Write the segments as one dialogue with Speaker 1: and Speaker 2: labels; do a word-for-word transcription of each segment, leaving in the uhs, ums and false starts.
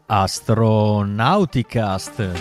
Speaker 1: Astronauticast.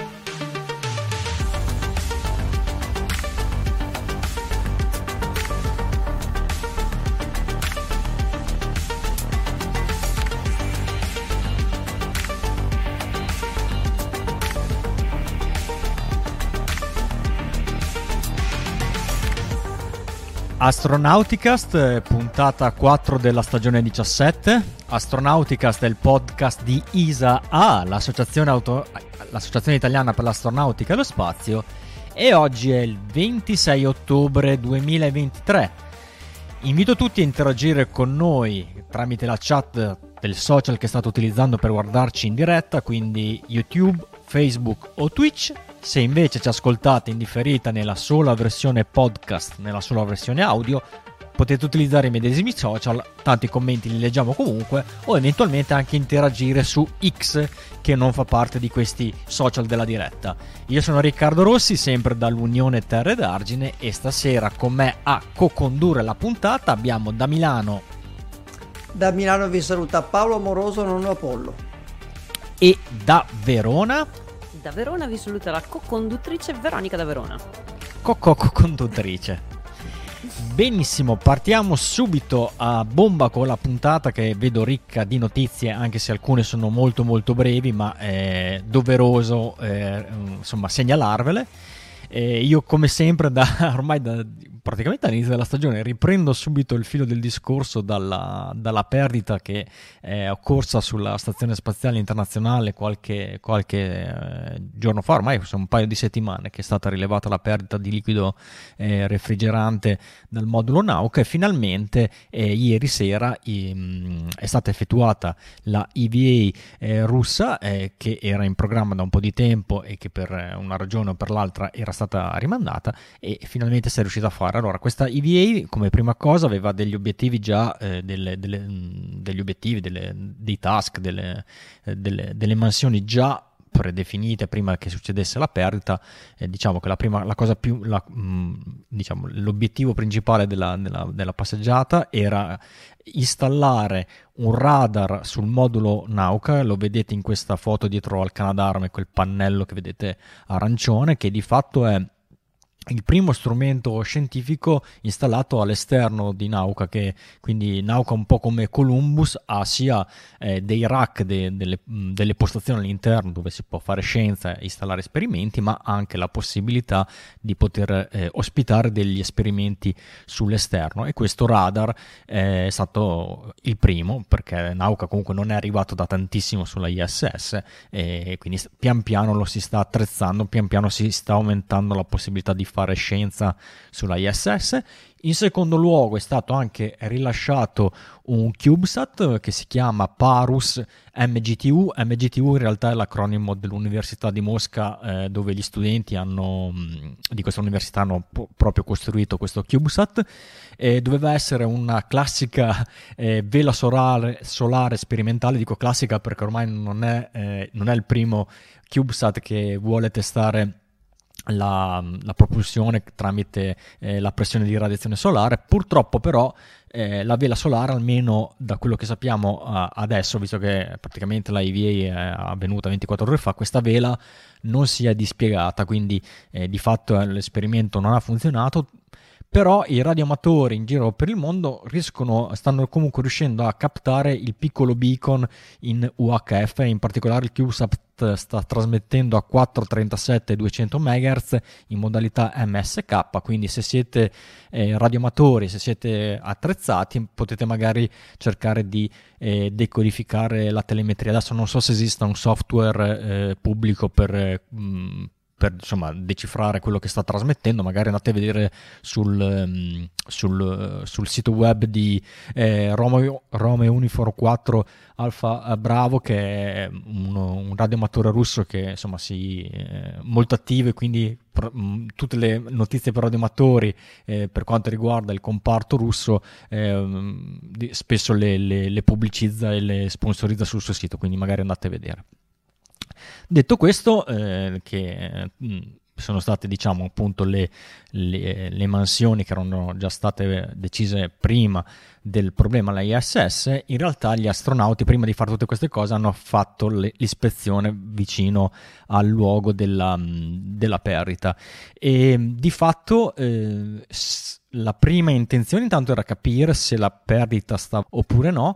Speaker 1: Astronauticast, puntata quattro della stagione diciassette. Astronauticast è il podcast di I S A A, l'associazione, auto... l'associazione italiana per l'astronautica e lo spazio, e oggi è il ventisei ottobre duemilaventitré. Invito tutti a interagire con noi tramite la chat del social che state utilizzando per guardarci in diretta, quindi YouTube, Facebook o Twitch. Se invece ci ascoltate in differita nella sola versione podcast, nella sola versione audio, potete utilizzare i medesimi social, tanti commenti li leggiamo comunque, o eventualmente anche interagire su X, che non fa parte di questi social della diretta. Io sono Riccardo Rossi, sempre dall'Unione Terre d'Argine, e stasera con me a co-condurre la puntata abbiamo da Milano...
Speaker 2: Da Milano vi saluta Paolo Amoroso, nonno Apollo.
Speaker 1: E da Verona...
Speaker 3: Da Verona vi saluta la co-conduttrice Veronica da Verona.
Speaker 1: Co-co-conduttrice. Benissimo, partiamo subito a bomba con la puntata, che vedo ricca di notizie, anche se alcune sono molto molto brevi, ma è doveroso eh, insomma segnalarvele. E io, come sempre, da ormai da, praticamente all'inizio della stagione riprendo subito il filo del discorso dalla, dalla perdita che è occorsa sulla Stazione Spaziale Internazionale qualche, qualche eh, giorno fa, ormai sono un paio di settimane che è stata rilevata la perdita di liquido eh, refrigerante dal modulo Nauka, e finalmente eh, ieri sera eh, è stata effettuata la E V A eh, russa, eh, che era in programma da un po' di tempo e che per una ragione o per l'altra era stata rimandata, e finalmente si è riuscita a fare. Allora, questa E V A, come prima cosa, aveva degli obiettivi già, eh, delle, delle, degli obiettivi, delle, dei task, delle, eh, delle, delle mansioni già predefinite prima che succedesse la perdita. Eh, diciamo che la prima, la cosa più, la, mh, diciamo, l'obiettivo principale della, della, della passeggiata era installare un radar sul modulo Nauka. Lo vedete in questa foto dietro al Canadarm, quel pannello che vedete arancione, che di fatto è il primo strumento scientifico installato all'esterno di Nauka, che quindi Nauka, un po' come Columbus, ha sia eh, dei rack, de, delle, delle postazioni all'interno dove si può fare scienza e installare esperimenti, ma anche la possibilità di poter eh, ospitare degli esperimenti sull'esterno. E questo radar eh, è stato il primo, perché Nauka comunque non è arrivato da tantissimo sulla I S S, e quindi pian piano lo si sta attrezzando, pian piano si sta aumentando la possibilità di fare scienza sulla I S S. In secondo luogo è stato anche rilasciato un CubeSat che si chiama Parus M G T U. M G T U in realtà è l'acronimo dell'Università di Mosca, eh, dove gli studenti hanno, di questa università hanno po- proprio costruito questo CubeSat. Eh, doveva essere una classica eh, vela solare, solare sperimentale. Dico classica perché ormai non è, eh, non è il primo CubeSat che vuole testare La, la propulsione tramite eh, la pressione di radiazione solare. Purtroppo però eh, la vela solare, almeno da quello che sappiamo uh, adesso, visto che praticamente la E V A è avvenuta ventiquattro ore fa, questa vela non si è dispiegata, quindi eh, di fatto eh, l'esperimento non ha funzionato. Però i radioamatori in giro per il mondo riescono, stanno comunque riuscendo a captare il piccolo beacon in U H F. In particolare il CubeSat sta trasmettendo a quattrocentotrentasette duecento megahertz in modalità M S K, quindi se siete eh, radioamatori, se siete attrezzati, potete magari cercare di eh, decodificare la telemetria. Adesso non so se esista un software eh, pubblico per eh, mh, per insomma decifrare quello che sta trasmettendo. Magari andate a vedere sul, um, sul, sul sito web di eh, Romeo, Romeo Uniform quattro Alfa Bravo, che è un, un radioamatore russo che insomma si eh, molto attivo, e quindi pr- mh, tutte le notizie per radioamatori eh, per quanto riguarda il comparto russo eh, di, spesso le, le, le pubblicizza e le sponsorizza sul suo sito, quindi magari andate a vedere. Detto questo, eh, che mh, sono state, diciamo, appunto le, le, le mansioni che erano già state decise prima del problema alla I S S. In realtà gli astronauti, prima di fare tutte queste cose, hanno fatto le, l'ispezione vicino al luogo della, della perdita, e di fatto eh, la prima intenzione intanto era capire se la perdita stava oppure no,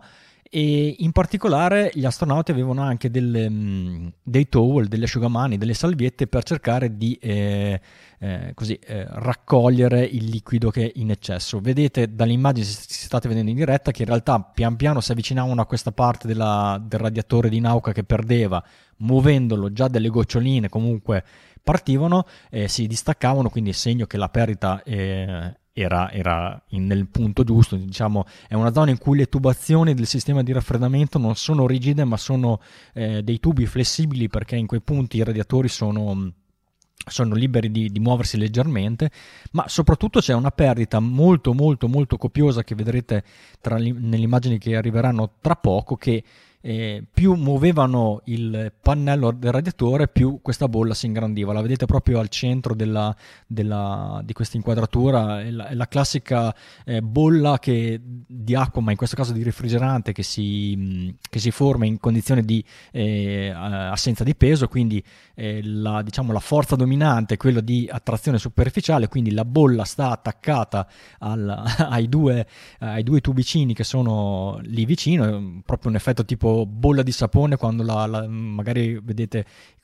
Speaker 1: e in particolare gli astronauti avevano anche delle, mh, dei towel, delle asciugamani, delle salviette per cercare di eh, eh, così, eh, raccogliere il liquido che è in eccesso. Vedete dalle immagini, se state vedendo in diretta, che in realtà pian piano si avvicinavano a questa parte della, del radiatore di Nauka che perdeva, muovendolo, già delle goccioline comunque partivano, eh, si distaccavano, quindi segno che la perdita eh, era, era in, nel punto giusto. Diciamo, è una zona in cui le tubazioni del sistema di raffreddamento non sono rigide, ma sono eh, dei tubi flessibili, perché in quei punti i radiatori sono, sono liberi di, di muoversi leggermente, ma soprattutto c'è una perdita molto molto molto copiosa che vedrete tra nelle immagini che arriveranno tra poco, che Eh, più muovevano il pannello del radiatore, più questa bolla si ingrandiva. La vedete proprio al centro della, della, di questa inquadratura, è la, è la classica eh, bolla che, di acqua, ma in questo caso di refrigerante, che si, che si forma in condizioni di eh, assenza di peso, quindi eh, la, diciamo, la forza dominante è quella di attrazione superficiale, quindi la bolla sta attaccata al, ai, due, ai due tubicini che sono lì vicino, è proprio un effetto tipo bolla di sapone, quando la, la, magari vedete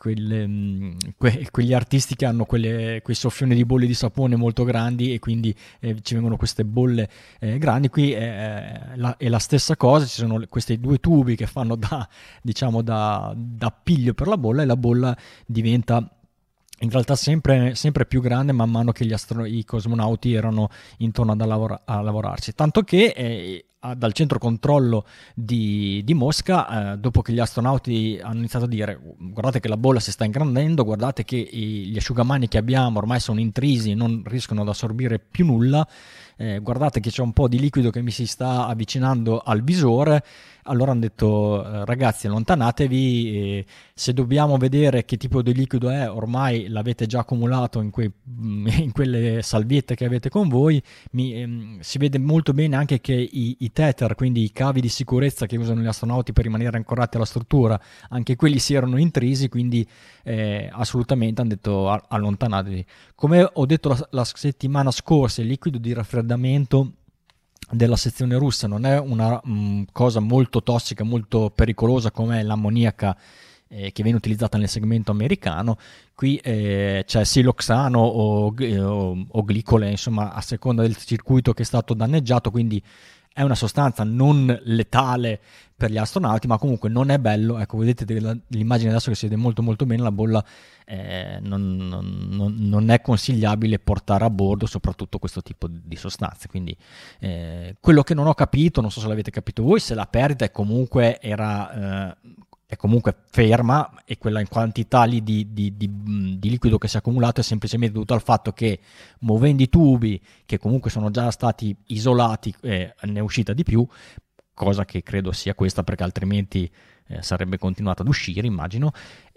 Speaker 1: quelle, que, quegli artisti che hanno quelle, quei soffioni di bolle di sapone molto grandi, e quindi eh, ci vengono queste bolle eh, grandi. Qui è la, è la stessa cosa, ci sono questi due tubi che fanno da, diciamo, da, da appiglio per la bolla, e la bolla diventa in realtà sempre, sempre più grande man mano che gli astro- i cosmonauti erano intorno a, lavora- a lavorarci, tanto che eh, dal centro controllo di, di Mosca, eh, dopo che gli astronauti hanno iniziato a dire: guardate che la bolla si sta ingrandendo, guardate che i, gli asciugamani che abbiamo ormai sono intrisi, non riescono ad assorbire più nulla, eh, guardate che c'è un po' di liquido che mi si sta avvicinando al visore. Allora hanno detto: eh, ragazzi, allontanatevi, eh, se dobbiamo vedere che tipo di liquido è, ormai l'avete già accumulato in, quei, in quelle salviette che avete con voi. Mi, ehm, si vede molto bene anche che i, i tether, quindi i cavi di sicurezza che usano gli astronauti per rimanere ancorati alla struttura, anche quelli si erano intrisi, quindi eh, assolutamente hanno detto: allontanatevi. Come ho detto la, la settimana scorsa, il liquido di raffreddamento della sezione russa non è una mh, cosa molto tossica, molto pericolosa come l'ammoniaca eh, che viene utilizzata nel segmento americano. Qui eh, c'è siloxano o, o, o glicole, insomma, a seconda del circuito che è stato danneggiato, quindi è una sostanza non letale per gli astronauti, ma comunque non è bello. Ecco, vedete l'immagine adesso che si vede molto molto bene, la bolla eh, non, non, non è consigliabile portare a bordo soprattutto questo tipo di sostanze. Quindi eh, quello che non ho capito, non so se l'avete capito voi, se la perdita è comunque era... Eh, è comunque ferma, e quella in quantità lì di, di, di, di liquido che si è accumulato è semplicemente dovuto al fatto che, muovendo i tubi che comunque sono già stati isolati, eh, ne è uscita di più, cosa che credo sia questa, perché altrimenti eh, sarebbe continuata ad uscire, immagino.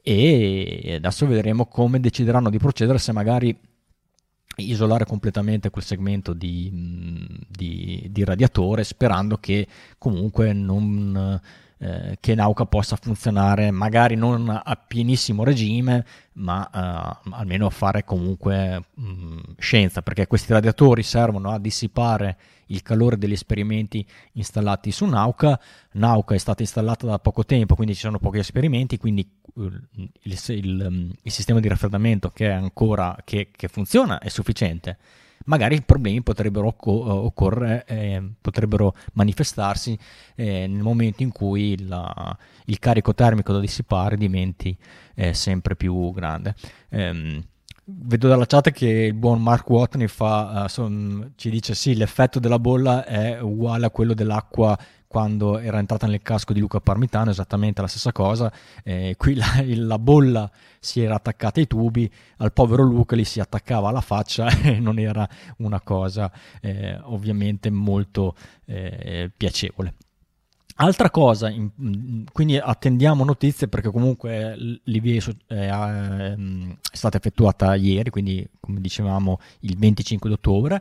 Speaker 1: E adesso vedremo come decideranno di procedere, se magari isolare completamente quel segmento di, di, di radiatore, sperando che comunque non... Eh, che Nauka possa funzionare, magari non a pienissimo regime, ma eh, almeno fare comunque mh, scienza, perché questi radiatori servono a dissipare il calore degli esperimenti installati su Nauka. Nauka è stata installata da poco tempo, quindi ci sono pochi esperimenti, quindi il, il, il, il sistema di raffreddamento che è ancora che, che funziona è sufficiente. Magari i problemi potrebbero occorrere, eh, potrebbero manifestarsi eh, nel momento in cui la, il carico termico da dissipare diventi eh, sempre più grande. Eh, vedo dalla chat che il buon Mark Watney fa, uh, son, ci dice: sì, l'effetto della bolla è uguale a quello dell'acqua quando era entrata nel casco di Luca Parmitano, esattamente la stessa cosa. Eh, qui la, la bolla si era attaccata ai tubi, al povero Luca li si attaccava alla faccia e non era una cosa eh, ovviamente molto eh, piacevole. Altra cosa, in- quindi attendiamo notizie perché comunque l'I V A è, è, è stata effettuata ieri, quindi come dicevamo il venticinque di ottobre,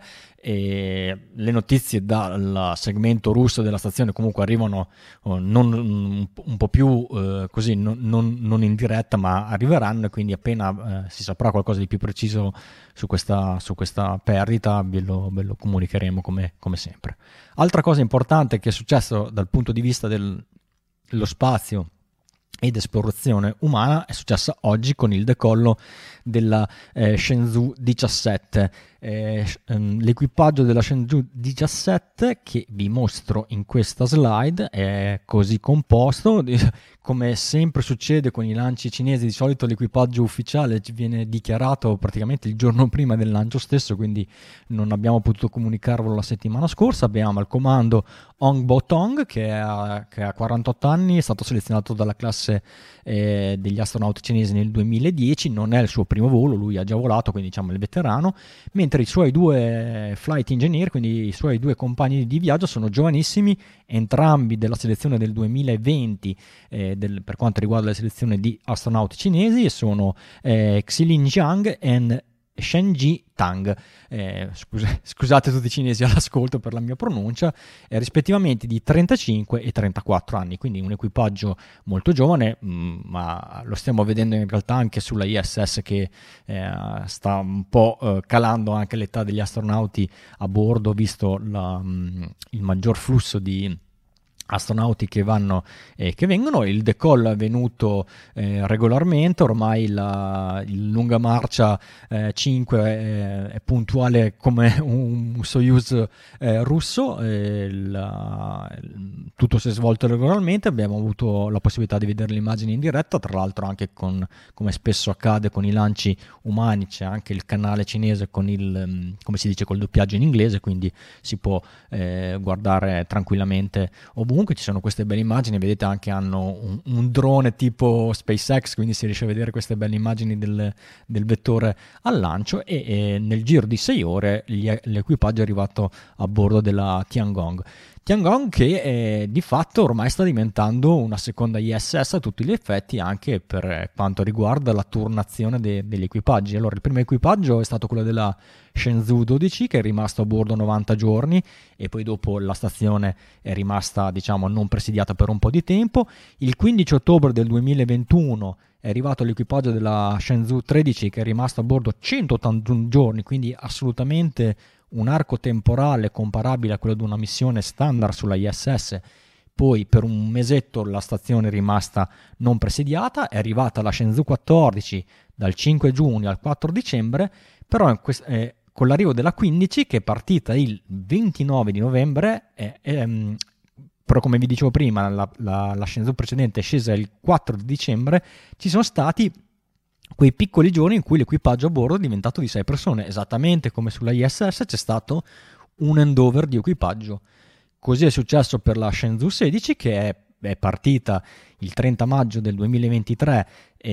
Speaker 1: e le notizie dal segmento russo della stazione comunque arrivano oh, non, un, un po' più eh, così, non, non- non in diretta, ma arriveranno, e quindi appena eh, si saprà qualcosa di più preciso su questa, su questa perdita ve lo, ve lo comunicheremo come come sempre. Altra cosa importante che è successo dal punto di vista del- dello spazio ed esplorazione umana è successa oggi con il decollo della eh, Shenzhou diciassette. Eh, sh- ehm, l'equipaggio della Shenzhou diciassette, che vi mostro in questa slide, è così composto. Come sempre succede con i lanci cinesi, di solito l'equipaggio ufficiale ci viene dichiarato praticamente il giorno prima del lancio stesso, quindi non abbiamo potuto comunicarvelo la settimana scorsa. Abbiamo al comando Hong Bo-tong, che ha, che ha quarantotto anni, è stato selezionato dalla classe eh, degli astronauti cinesi nel duemiladieci, non è il suo primo volo, lui ha già volato, quindi diciamo è il veterano, mentre i suoi due flight engineer, quindi i suoi due compagni di viaggio, sono giovanissimi, entrambi della selezione del duemilaventi eh, del, per quanto riguarda la selezione di astronauti cinesi, e sono eh, Xilin Jiang e Shenji Tang, eh, scusa, scusate tutti i cinesi all'ascolto per la mia pronuncia, eh, rispettivamente di trentacinque e trentaquattro anni, quindi un equipaggio molto giovane, mh, ma lo stiamo vedendo in realtà anche sulla I S S, che eh, sta un po' eh, calando anche l'età degli astronauti a bordo, visto la, mh, il maggior flusso di astronauti che vanno e che vengono. Il decollo è avvenuto eh, regolarmente, ormai la, il lunga marcia eh, cinque è, è puntuale come un Soyuz eh, russo, eh, la, tutto si è svolto regolarmente, abbiamo avuto la possibilità di vedere le immagini in diretta, tra l'altro anche con, come spesso accade con i lanci umani, c'è anche il canale cinese con il, come si dice, col doppiaggio in inglese, quindi si può eh, guardare tranquillamente ovunque. Ci sono queste belle immagini, vedete anche hanno un, un drone tipo SpaceX, quindi si riesce a vedere queste belle immagini del, del vettore al lancio, e, e nel giro di sei ore gli, l'equipaggio è arrivato a bordo della Tiangong. Tiangong che eh, di fatto ormai sta diventando una seconda I S S a tutti gli effetti, anche per quanto riguarda la turnazione de- degli equipaggi. Allora, il primo equipaggio è stato quello della Shenzhou dodici, che è rimasto a bordo novanta giorni, e poi dopo la stazione è rimasta, diciamo, non presidiata per un po' di tempo. Il quindici ottobre del duemilaventuno è arrivato l'equipaggio della Shenzhou tredici, che è rimasto a bordo centottantuno giorni, quindi assolutamente un arco temporale comparabile a quello di una missione standard sulla I S S. Poi per un mesetto la stazione è rimasta non presidiata, è arrivata la Shenzhou quattordici dal cinque giugno al quattro dicembre, però quest- eh, con l'arrivo della quindici, che è partita il ventinove di novembre, eh, ehm, però come vi dicevo prima la, la, la Shenzhou precedente è scesa il quattro di dicembre, ci sono stati quei piccoli giorni in cui l'equipaggio a bordo è diventato di sei persone, esattamente come sulla I S S c'è stato un handover di equipaggio. Così è successo per la Shenzhou sedici, che è, è partita il trenta maggio del duemilaventitré,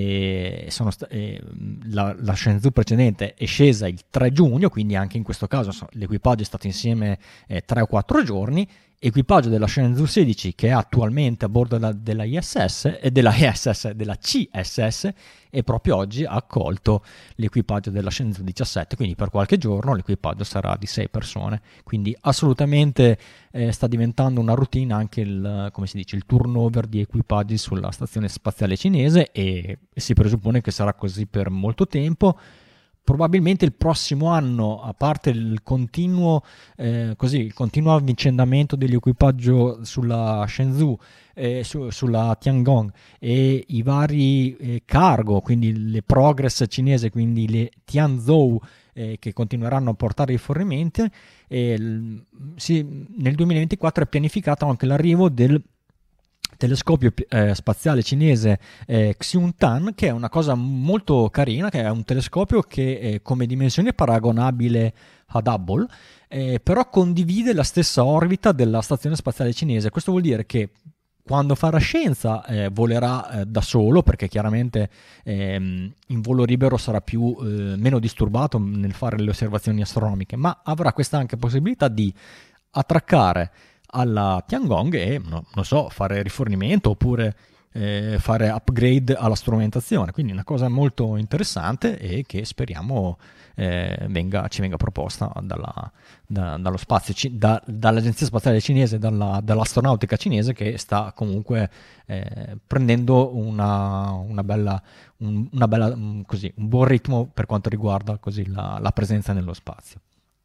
Speaker 1: e sono sta- e la, la Shenzhou precedente è scesa il tre giugno, quindi anche in questo caso so, l'equipaggio è stato insieme eh, tre o quattro giorni. Equipaggio della Shenzhou sedici che è attualmente a bordo della, della I S S e della I S S, della C S S, e proprio oggi ha accolto l'equipaggio della Shenzhou diciassette, quindi per qualche giorno l'equipaggio sarà di sei persone, quindi assolutamente eh, sta diventando una routine anche il, come si dice, il turnover di equipaggi sulla stazione spaziale cinese, e, e si presuppone che sarà così per molto tempo. Probabilmente il prossimo anno, a parte il continuo, eh, così, il continuo avvicendamento dell'equipaggio sulla Shenzhou, eh, su, sulla Tiangong, e i vari eh, cargo, quindi le Progress cinese, quindi le Tianzhou, eh, che continueranno a portare i rifornimenti, e l- sì, nel duemilaventiquattro è pianificato anche l'arrivo del telescopio eh, spaziale cinese eh, Xiuntan, che è una cosa molto carina, che è un telescopio che eh, come dimensione è paragonabile ad Hubble, eh, però condivide la stessa orbita della stazione spaziale cinese. Questo vuol dire che quando farà scienza eh, volerà eh, da solo, perché chiaramente ehm, in volo libero sarà più, eh, meno disturbato nel fare le osservazioni astronomiche, ma avrà questa anche possibilità di attraccare alla Tiangong e, no, non so, fare rifornimento oppure eh, fare upgrade alla strumentazione. Quindi una cosa molto interessante e che speriamo eh, venga, ci venga proposta dalla, da, dallo spazio, da, dall'Agenzia Spaziale Cinese, dalla, dall'astronautica cinese, che sta comunque eh, prendendo una, una bella, un, una bella così, un buon ritmo per quanto riguarda così la, la presenza nello spazio.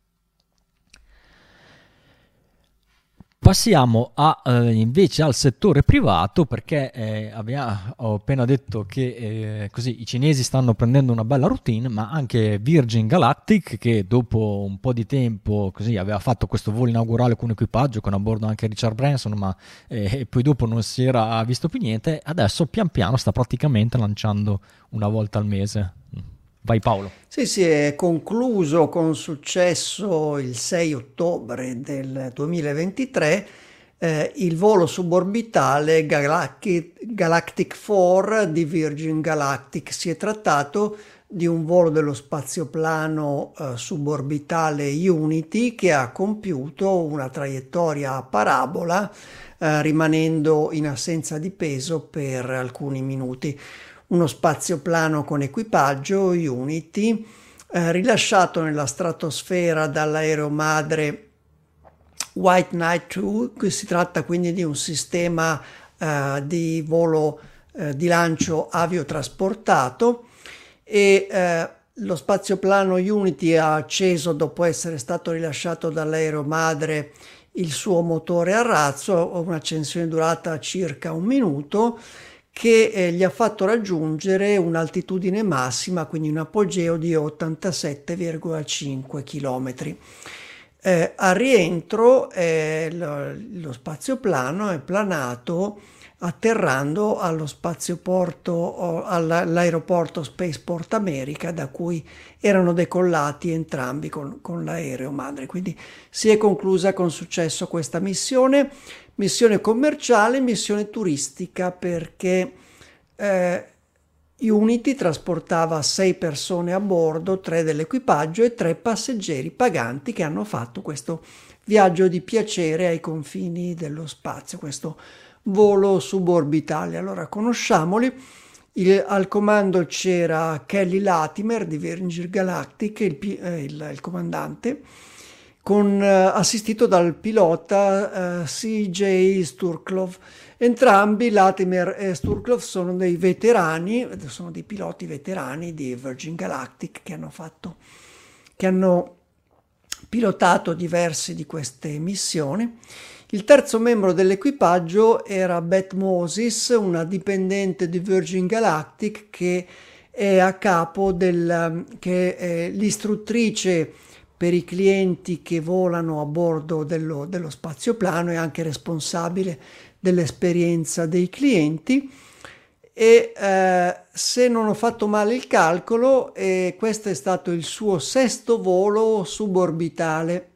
Speaker 1: Passiamo a, eh, invece al settore privato, perché eh, abbiamo, ho appena detto che eh, così i cinesi stanno prendendo una bella routine, ma anche Virgin Galactic, che dopo un po' di tempo così aveva fatto questo volo inaugurale con equipaggio, con a bordo anche Richard Branson, ma eh, poi dopo non si era visto più niente, adesso pian piano sta praticamente lanciando una volta al mese. Vai Paolo.
Speaker 2: Sì, sì, è concluso con successo il sei ottobre del duemilaventitré eh, il volo suborbitale Galactic, Galactic quattro di Virgin Galactic. Si è trattato di un volo dello spazioplano eh, suborbitale Unity che ha compiuto una traiettoria a parabola eh, rimanendo in assenza di peso per alcuni minuti. Uno spazioplano con equipaggio Unity eh, rilasciato nella stratosfera dall'aereo madre White Knight due. Si tratta quindi di un sistema eh, di volo eh, di lancio aviotrasportato e eh, lo spazioplano Unity ha acceso, dopo essere stato rilasciato dall'aereo madre, il suo motore a razzo, un'accensione durata circa un minuto, che eh, gli ha fatto raggiungere un'altitudine massima, quindi un apogeo di ottantasette virgola cinque chilometri. Eh, al rientro eh, lo, lo spazioplano è planato atterrando allo spazioporto, all'aeroporto Spaceport America, da cui erano decollati entrambi con, con l'aereo madre. Quindi si è conclusa con successo questa missione. Missione commerciale, missione turistica, perché eh, Unity trasportava sei persone a bordo, tre dell'equipaggio e tre passeggeri paganti che hanno fatto questo viaggio di piacere ai confini dello spazio, questo volo suborbitale. Allora, conosciamoli. Il, al comando c'era Kelly Latimer di Virgin Galactic, il, eh, il, il comandante, con, eh, assistito dal pilota eh, C J Sturklov. Entrambi, Latimer e Sturklov, sono dei veterani, sono dei piloti veterani di Virgin Galactic che hanno fatto, che hanno pilotato diverse di queste missioni. Il terzo membro dell'equipaggio era Beth Moses, una dipendente di Virgin Galactic che è a capo del, che è l'istruttrice per i clienti che volano a bordo dello, dello spazioplano, è anche responsabile dell'esperienza dei clienti e eh, se non ho fatto male il calcolo, eh, questo è stato il suo sesto volo suborbitale.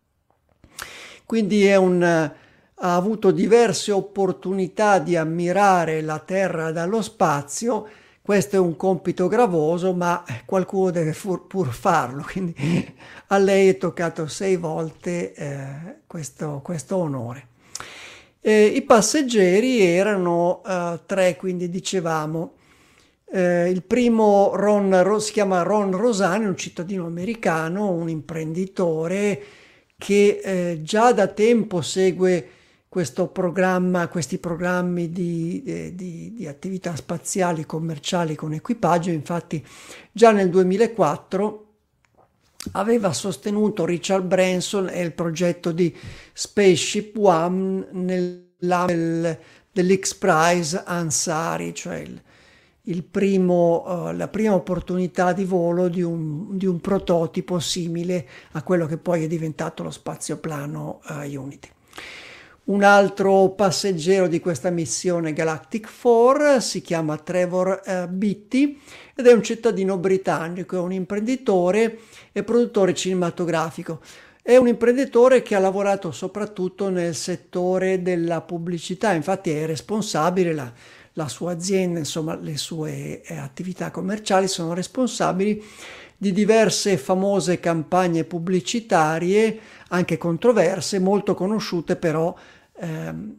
Speaker 2: Quindi è un, ha avuto diverse opportunità di ammirare la Terra dallo spazio. Questo è un compito gravoso, ma qualcuno deve pur, pur farlo, quindi a lei è toccato sei volte eh, questo, questo onore. Eh, I passeggeri erano eh, tre, quindi dicevamo, eh, il primo Ron, si chiama Ron Rosani, un cittadino americano, un imprenditore che eh, già da tempo segue questo programma, questi programmi di, eh, di, di attività spaziali commerciali con equipaggio. Infatti già nel duemilaquattro aveva sostenuto Richard Branson e il progetto di Spaceship One nell'ambito dell'X Prize Ansari, cioè il, il primo, uh, la prima opportunità di volo di un, di un prototipo simile a quello che poi è diventato lo spazioplano uh, Unity. Un altro passeggero di questa missione Galactic quattro si chiama Trevor uh, Beatty ed è un cittadino britannico, è un imprenditore e produttore cinematografico. È un imprenditore che ha lavorato soprattutto nel settore della pubblicità, infatti è responsabile, la, la sua azienda, insomma le sue eh, attività commerciali sono responsabili di diverse famose campagne pubblicitarie, anche controverse, molto conosciute però ehm,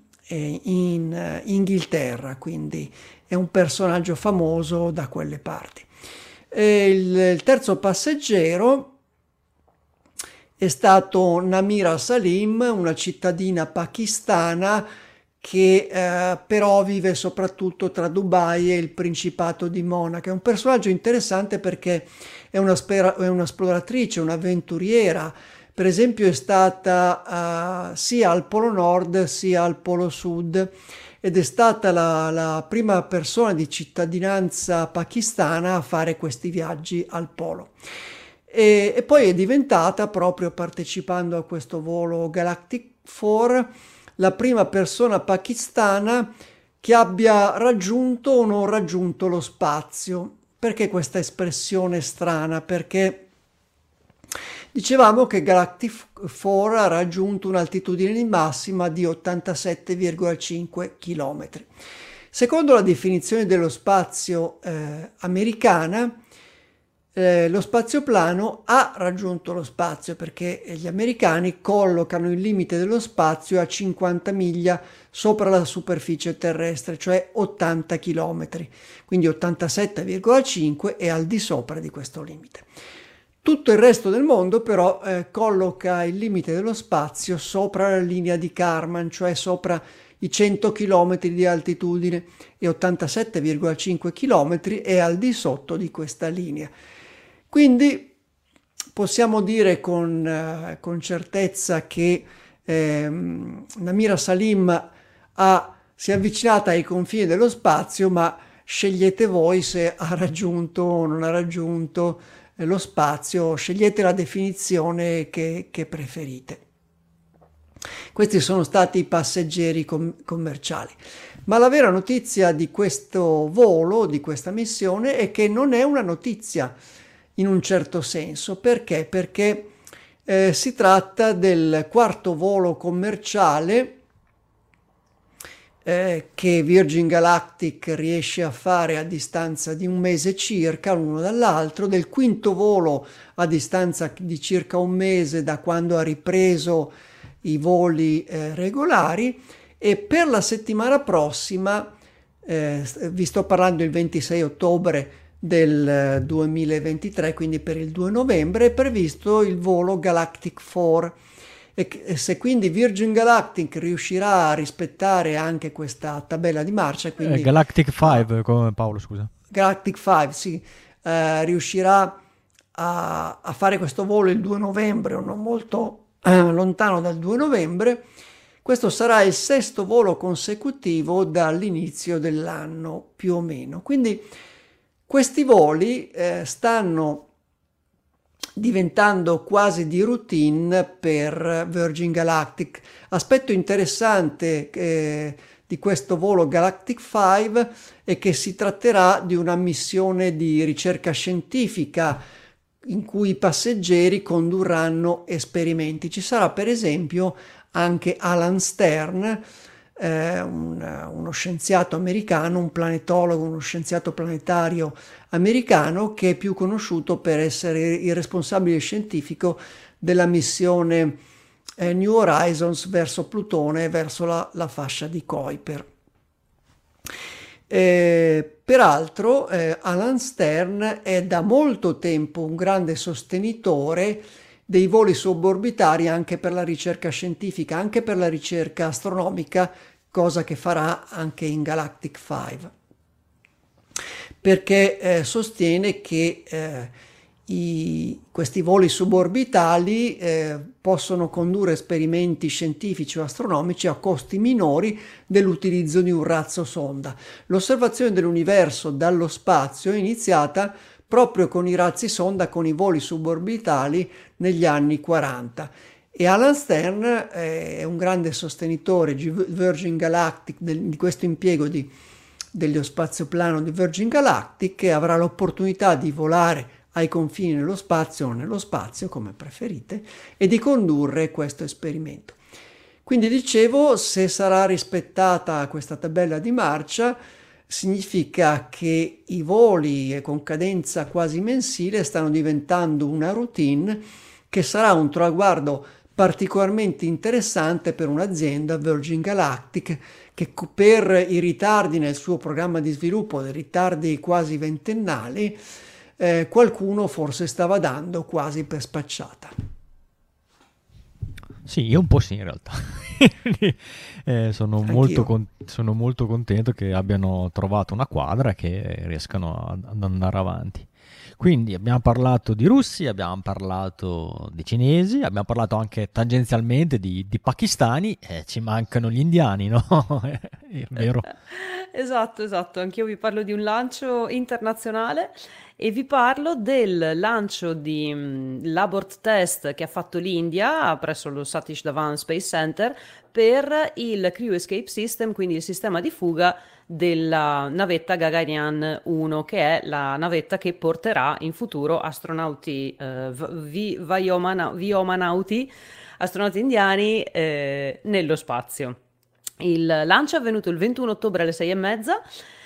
Speaker 2: in Inghilterra, quindi è un personaggio famoso da quelle parti. E il, il terzo passeggero è stato Namira Salim, una cittadina pakistana che eh, però vive soprattutto tra Dubai e il Principato di Monaco. È un personaggio interessante perché è una, spera, è un'esploratrice, un'avventuriera. Per esempio è stata uh, sia al Polo Nord sia al Polo Sud ed è stata la, la prima persona di cittadinanza pakistana a fare questi viaggi al Polo. E, e poi è diventata, proprio partecipando a questo volo Galactic quattro, la prima persona pakistana che abbia raggiunto o non raggiunto lo spazio. Perché questa espressione strana? Perché dicevamo che Galactic quattro ha raggiunto un'altitudine massima di ottantasette virgola cinque chilometri. Secondo la definizione dello spazio eh, americana, eh, lo spazioplano ha raggiunto lo spazio perché gli americani collocano il limite dello spazio a cinquanta miglia sopra la superficie terrestre, cioè ottanta chilometri, quindi ottantasette virgola cinque è al di sopra di questo limite. Tutto il resto del mondo però eh, colloca il limite dello spazio sopra la linea di Kármán, cioè sopra i cento chilometri di altitudine, e ottantasette virgola cinque chilometri è al di sotto di questa linea. Quindi possiamo dire con, eh, con certezza che eh, Namira Salim ha, si è avvicinata ai confini dello spazio, ma scegliete voi se ha raggiunto o non ha raggiunto lo spazio, scegliete la definizione che, che preferite. Questi sono stati i passeggeri com- commerciali. Ma la vera notizia di questo volo, di questa missione, è che non è una notizia in un certo senso. Perché? Perché eh, si tratta del quarto volo commerciale eh, che Virgin Galactic riesce a fare a distanza di un mese circa l'uno dall'altro, del quinto volo a distanza di circa un mese da quando ha ripreso i voli eh, regolari, e per la settimana prossima, eh, vi sto parlando il ventisei ottobre del duemilaventitré, quindi per il due novembre, è previsto il volo Galactic quattro. E se quindi Virgin Galactic riuscirà a rispettare anche questa tabella di marcia, quindi
Speaker 1: eh, Galactic cinque, come Paolo, scusa.
Speaker 2: Galactic cinque, sì, eh, riuscirà a, a fare questo volo il due novembre o non molto eh, lontano dal due novembre, questo sarà il sesto volo consecutivo dall'inizio dell'anno più o meno. Quindi questi voli eh, stanno diventando quasi di routine per Virgin Galactic. Aspetto interessante eh, di questo volo Galactic cinque è che si tratterà di una missione di ricerca scientifica in cui i passeggeri condurranno esperimenti. Ci sarà per esempio anche Alan Stern, eh, un, uno scienziato americano, un planetologo, uno scienziato planetario americano, che è più conosciuto per essere il responsabile scientifico della missione eh, New Horizons verso Plutone e verso la, la fascia di Kuiper. Eh, peraltro eh, Alan Stern è da molto tempo un grande sostenitore dei voli suborbitali anche per la ricerca scientifica, anche per la ricerca astronomica, cosa che farà anche in Galactic cinque, perché eh, sostiene che eh, i, questi voli suborbitali eh, possono condurre esperimenti scientifici o astronomici a costi minori dell'utilizzo di un razzo sonda. L'osservazione dell'universo dallo spazio è iniziata proprio con i razzi sonda, con i voli suborbitali negli anni quaranta. E Alan Stern è un grande sostenitore di Virgin Galactic, di questo impiego di, dello spazioplano di Virgin Galactic, che avrà l'opportunità di volare ai confini nello spazio o nello spazio, come preferite, e di condurre questo esperimento. Quindi dicevo, se sarà rispettata questa tabella di marcia, significa che i voli con cadenza quasi mensile stanno diventando una routine, che sarà un traguardo particolarmente interessante per un'azienda, Virgin Galactic, che per i ritardi nel suo programma di sviluppo, dei ritardi quasi ventennali, eh, qualcuno forse stava dando quasi per spacciata.
Speaker 1: Sì, io un po' sì in realtà. eh, sono, molto con- sono molto contento che abbiano trovato una quadra e che riescano ad, ad andare avanti. Quindi abbiamo parlato di russi, abbiamo parlato di cinesi, abbiamo parlato anche tangenzialmente di, di pakistani, eh, ci mancano gli indiani, no? È vero?
Speaker 3: Esatto, esatto. Anch'io vi parlo di un lancio internazionale e vi parlo del lancio di mh, l'abort test che ha fatto l'India presso lo Satish Dhawan Space Center per il Crew Escape System, quindi il sistema di fuga della navetta Gagarian uno, che è la navetta che porterà in futuro astronauti, eh, vi- Vyomana- Vyomanauti, astronauti indiani, eh, nello spazio. Il lancio è avvenuto il ventuno ottobre alle sei e mezza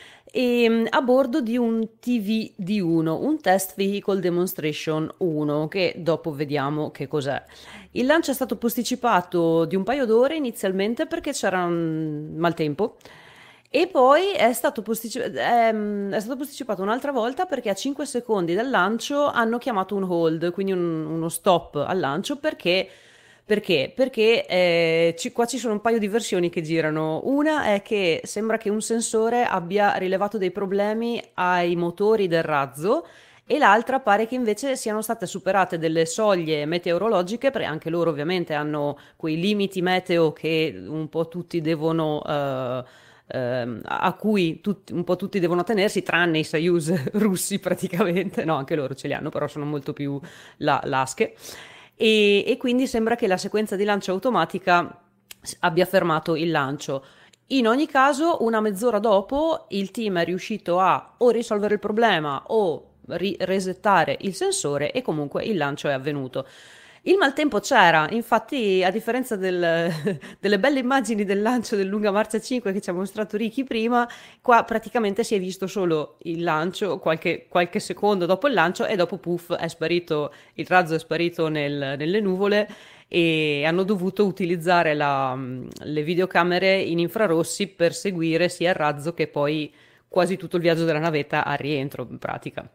Speaker 3: e mh, a bordo di un T V D uno, un Test Vehicle Demonstration uno, che dopo vediamo che cos'è. Il lancio è stato posticipato di un paio d'ore inizialmente perché c'era un maltempo. E poi è stato, posticip- ehm, è stato posticipato un'altra volta perché a cinque secondi dal lancio hanno chiamato un hold, quindi un- uno stop al lancio perché, perché? Perché eh, ci- qua ci sono un paio di versioni che girano. Una è che sembra che un sensore abbia rilevato dei problemi ai motori del razzo e l'altra pare che invece siano state superate delle soglie meteorologiche, perché anche loro ovviamente hanno quei limiti meteo che un po' tutti devono... eh, ehm, a cui tutti- un po' tutti devono tenersi, tranne i Soyuz russi praticamente, no, anche loro ce li hanno, però sono molto più la- lasche. E, e quindi sembra che la sequenza di lancio automatica s- abbia fermato il lancio. In ogni caso, una mezz'ora dopo, il team è riuscito a o risolvere il problema o ri- resettare il sensore e comunque il lancio è avvenuto. Il maltempo c'era, infatti, a differenza del- delle belle immagini del lancio del Lunga Marcia cinque che ci ha mostrato Ricky prima, qua praticamente si è visto solo il lancio, qualche, qualche secondo dopo il lancio, e dopo puff è sparito, il razzo è sparito nel- nelle nuvole e hanno dovuto utilizzare la- le videocamere in infrarossi per seguire sia il razzo che poi quasi tutto il viaggio della navetta a rientro, in pratica.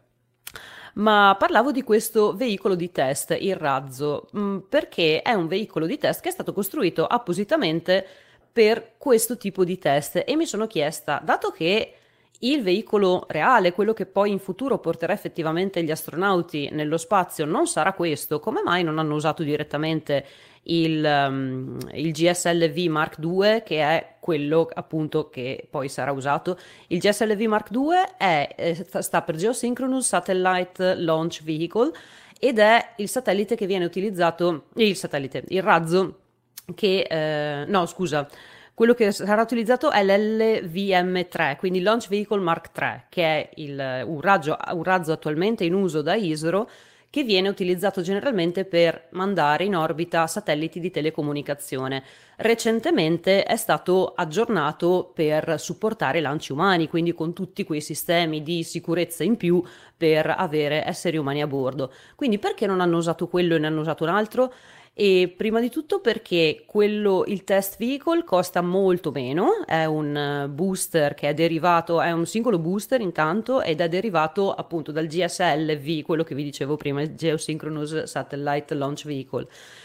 Speaker 3: Ma parlavo di questo veicolo di test, il razzo, mh, perché è un veicolo di test che è stato costruito appositamente per questo tipo di test e mi sono chiesta, dato che il veicolo reale, quello che poi in futuro porterà effettivamente gli astronauti nello spazio, non sarà questo, come mai non hanno usato direttamente il, um, il G S L V Mark due, che è quello appunto che poi sarà usato? Il G S L V Mark due è, eh, sta sta per Geosynchronous Satellite Launch Vehicle ed è il satellite che viene utilizzato, il satellite, il razzo che, eh, no scusa, quello che sarà utilizzato è l'L V M tre, quindi Launch Vehicle Mark tre, che è il- un, raggio- un razzo attualmente in uso da ISRO che viene utilizzato generalmente per mandare in orbita satelliti di telecomunicazione. Recentemente è stato aggiornato per supportare i lanci umani, quindi con tutti quei sistemi di sicurezza in più per avere esseri umani a bordo. Quindi perché non hanno usato quello e ne hanno usato un altro? E prima di tutto perché quello, il test vehicle costa molto meno, è un eh, booster che è derivato, è un singolo booster intanto ed è derivato appunto dal G S L V, quello che vi dicevo prima, il Geosynchronous Satellite Launch Vehicle.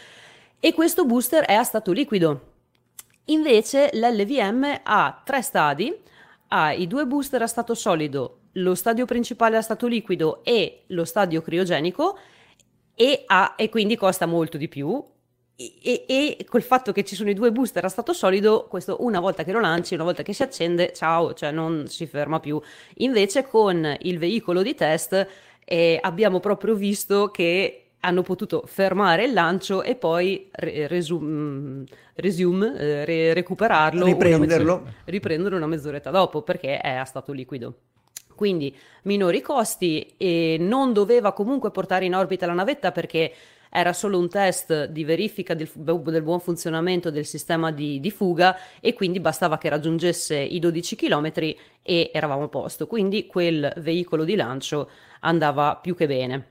Speaker 3: E questo booster è a stato liquido. Invece l'L V M ha tre stadi, ha i due booster a stato solido, lo stadio principale a stato liquido e lo stadio criogenico, e, ha, e quindi costa molto di più. E, e, e col fatto che ci sono i due booster a stato solido, questo una volta che lo lanci, una volta che si accende, ciao, cioè non si ferma più. Invece con il veicolo di test eh, abbiamo proprio visto che hanno potuto fermare il lancio e poi re- resu- resume, eh, re- recuperarlo, una mezz'ora-
Speaker 2: Riprenderlo.
Speaker 3: riprenderlo una mezz'oretta dopo perché è a stato liquido. Quindi minori costi e non doveva comunque portare in orbita la navetta perché era solo un test di verifica del, del buon funzionamento del sistema di, di fuga, e quindi bastava che raggiungesse i dodici chilometri e eravamo a posto. Quindi quel veicolo di lancio andava più che bene.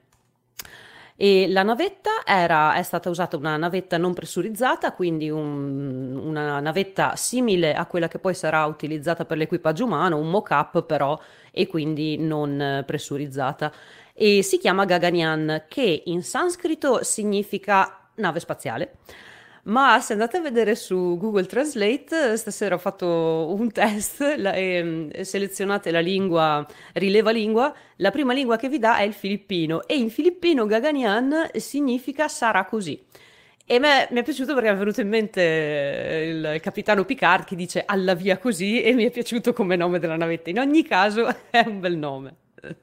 Speaker 3: E la navetta era, è stata usata una navetta non pressurizzata, quindi un, una navetta simile a quella che poi sarà utilizzata per l'equipaggio umano, un mock-up però, e quindi non pressurizzata. E si chiama Gaganyaan, che in sanscrito significa nave spaziale. Ma se andate a vedere su Google Translate, stasera ho fatto un test la, e, e selezionate la lingua, rileva lingua, la prima lingua che vi dà è il filippino, e in filippino Gaganyaan significa sarà così. E me, mi è piaciuto perché mi è venuto in mente il, il capitano Picard che dice alla via così, e mi è piaciuto come nome della navetta. In ogni caso è un bel nome.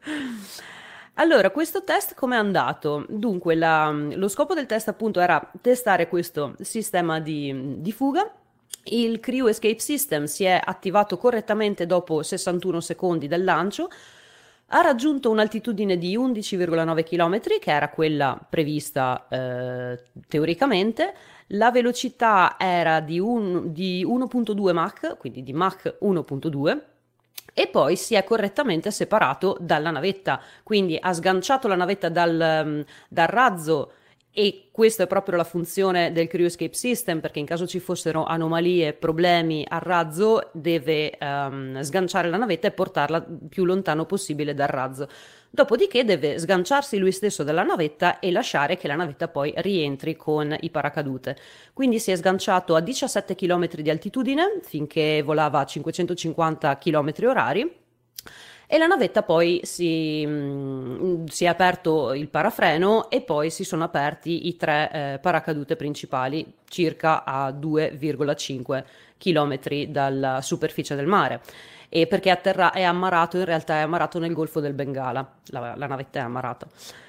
Speaker 3: Allora, questo test com'è andato? Dunque, la- lo scopo del test appunto era testare questo sistema di, di fuga. Il Crew Escape System si è attivato correttamente dopo sessantuno secondi dal lancio, ha raggiunto un'altitudine di undici virgola nove chilometri, che era quella prevista eh, teoricamente. La velocità era di, un- di uno virgola due Mach, quindi di Mach uno virgola due. E poi si è correttamente separato dalla navetta, quindi ha sganciato la navetta dal, um, dal razzo, e questa è proprio la funzione del Crew Escape System, perché in caso ci fossero anomalie, problemi al razzo, deve um, sganciare la navetta e portarla più lontano possibile dal razzo. Dopodiché deve sganciarsi lui stesso dalla navetta e lasciare che la navetta poi rientri con i paracadute. Quindi si è sganciato a diciassette chilometri di altitudine finché volava a cinquecentocinquanta chilometri orari, e la navetta poi si, mh, si è aperto il parafreno e poi si sono aperti i tre eh, paracadute principali circa a due virgola cinque chilometri dalla superficie del mare. E perché atterra- è ammarato, in realtà è ammarato nel Golfo del Bengala, la, la navetta è ammarata.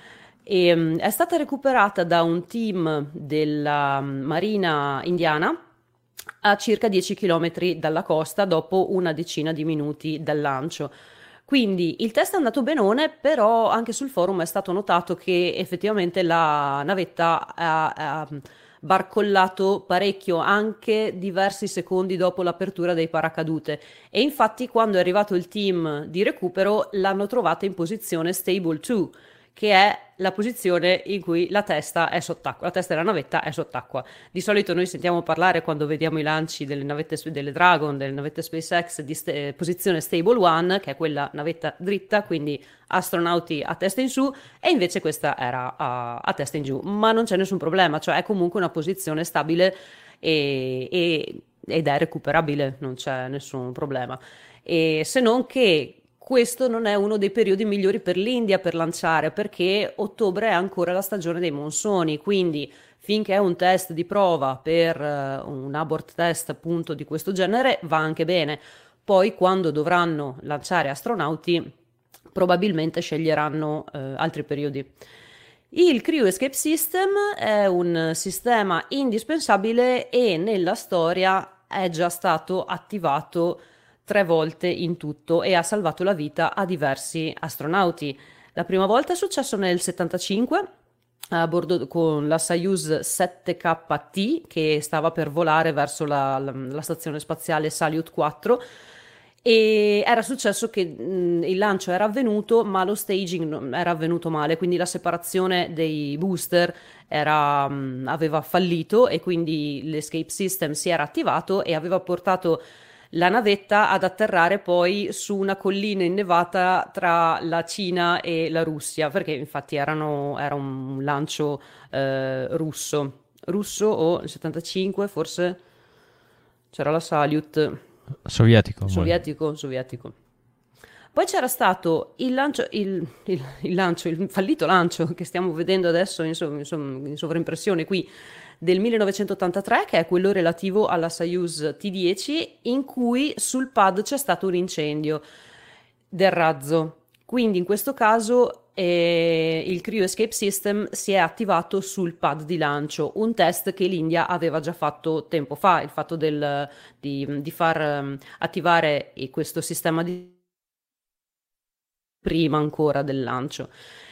Speaker 3: E, mh, è stata recuperata da un team della Marina indiana a circa dieci chilometri dalla costa dopo una decina di minuti dal lancio. Quindi il test è andato benone, però anche sul forum è stato notato che effettivamente la navetta ha, ha barcollato parecchio, anche diversi secondi dopo l'apertura dei paracadute, e infatti quando è arrivato il team di recupero l'hanno trovata in posizione stable due, che è la posizione in cui la testa è sott'acqua, la testa della navetta è sott'acqua. Di solito noi sentiamo parlare, quando vediamo i lanci delle navette, delle Dragon, delle navette SpaceX, di st- posizione stable one, che è quella navetta dritta, quindi astronauti a testa in su, e invece questa era a, a testa in giù, ma non c'è nessun problema, cioè è comunque una posizione stabile e, e, ed è recuperabile, non c'è nessun problema. E se non che questo non è uno dei periodi migliori per l'India per lanciare, perché ottobre è ancora la stagione dei monsoni, quindi finché è un test di prova per uh, un abort test appunto di questo genere va anche bene. Poi quando dovranno lanciare astronauti probabilmente sceglieranno uh, altri periodi. Il Crew Escape System è un sistema indispensabile e nella storia è già stato attivato tre volte in tutto e ha salvato la vita a diversi astronauti. La prima volta è successo nel settantacinque a bordo con la Soyuz sette K T, che stava per volare verso la, la, la stazione spaziale Salyut quattro, e era successo che mh, il lancio era avvenuto ma lo staging era avvenuto male, quindi la separazione dei booster era, mh, aveva fallito, e quindi l'escape system si era attivato e aveva portato la navetta ad atterrare poi su una collina innevata tra la Cina e la Russia, perché infatti erano, era un lancio eh, russo, russo o nel settantacinque forse c'era la Salyut.
Speaker 1: Sovietico.
Speaker 3: Sovietico, sovietico. Poi c'era stato il lancio, il, il, il lancio, il fallito lancio che stiamo vedendo adesso in, so, in, so, in sovraimpressione qui, del millenovecentottantatré, che è quello relativo alla Soyuz T dieci, in cui sul pad c'è stato un incendio del razzo. Quindi in questo caso eh, il Crew Escape System si è attivato sul pad di lancio, un test che l'India aveva già fatto tempo fa, il fatto del, di, di far um, attivare questo sistema di prima ancora del lancio.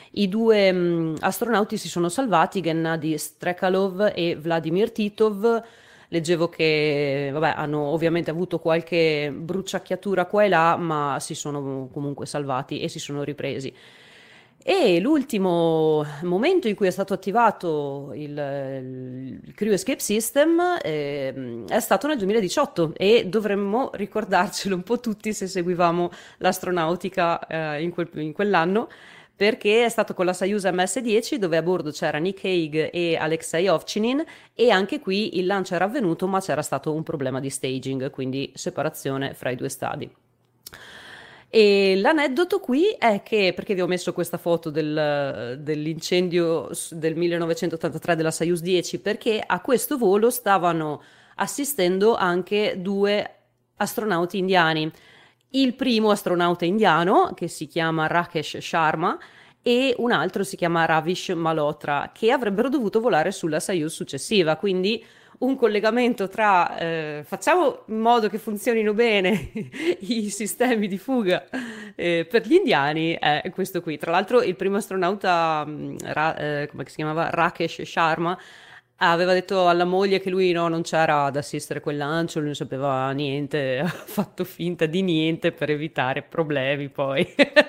Speaker 3: I due mh, astronauti si sono salvati, Gennady Strekalov e Vladimir Titov. Leggevo che vabbè, hanno ovviamente avuto qualche bruciacchiatura qua e là, ma si sono comunque salvati e si sono ripresi. E l'ultimo momento in cui è stato attivato il, il Crew Escape System eh, è stato nel duemiladiciotto, e dovremmo ricordarcelo un po' tutti se seguivamo l'astronautica eh, in, quel, in quell'anno, perché è stato con la Soyuz M S dieci, dove a bordo c'era Nick Hague e Alexei Ovchinin, e anche qui il lancio era avvenuto, ma c'era stato un problema di staging, quindi separazione fra i due stadi. E l'aneddoto qui è che, perché vi ho messo questa foto del, dell'incendio del millenovecentottantatré della Soyuz dieci, perché a questo volo stavano assistendo anche due astronauti indiani. Il primo astronauta indiano, che si chiama Rakesh Sharma, e un altro si chiama Ravish Malhotra, che avrebbero dovuto volare sulla Soyuz successiva, quindi un collegamento tra eh, facciamo in modo che funzionino bene i sistemi di fuga eh, per gli indiani è questo qui. Tra l'altro il primo astronauta, ra, eh, come si chiamava? Rakesh Sharma, aveva detto alla moglie che lui no, non c'era ad assistere quel lancio, lui non sapeva niente, ha fatto finta di niente per evitare problemi poi.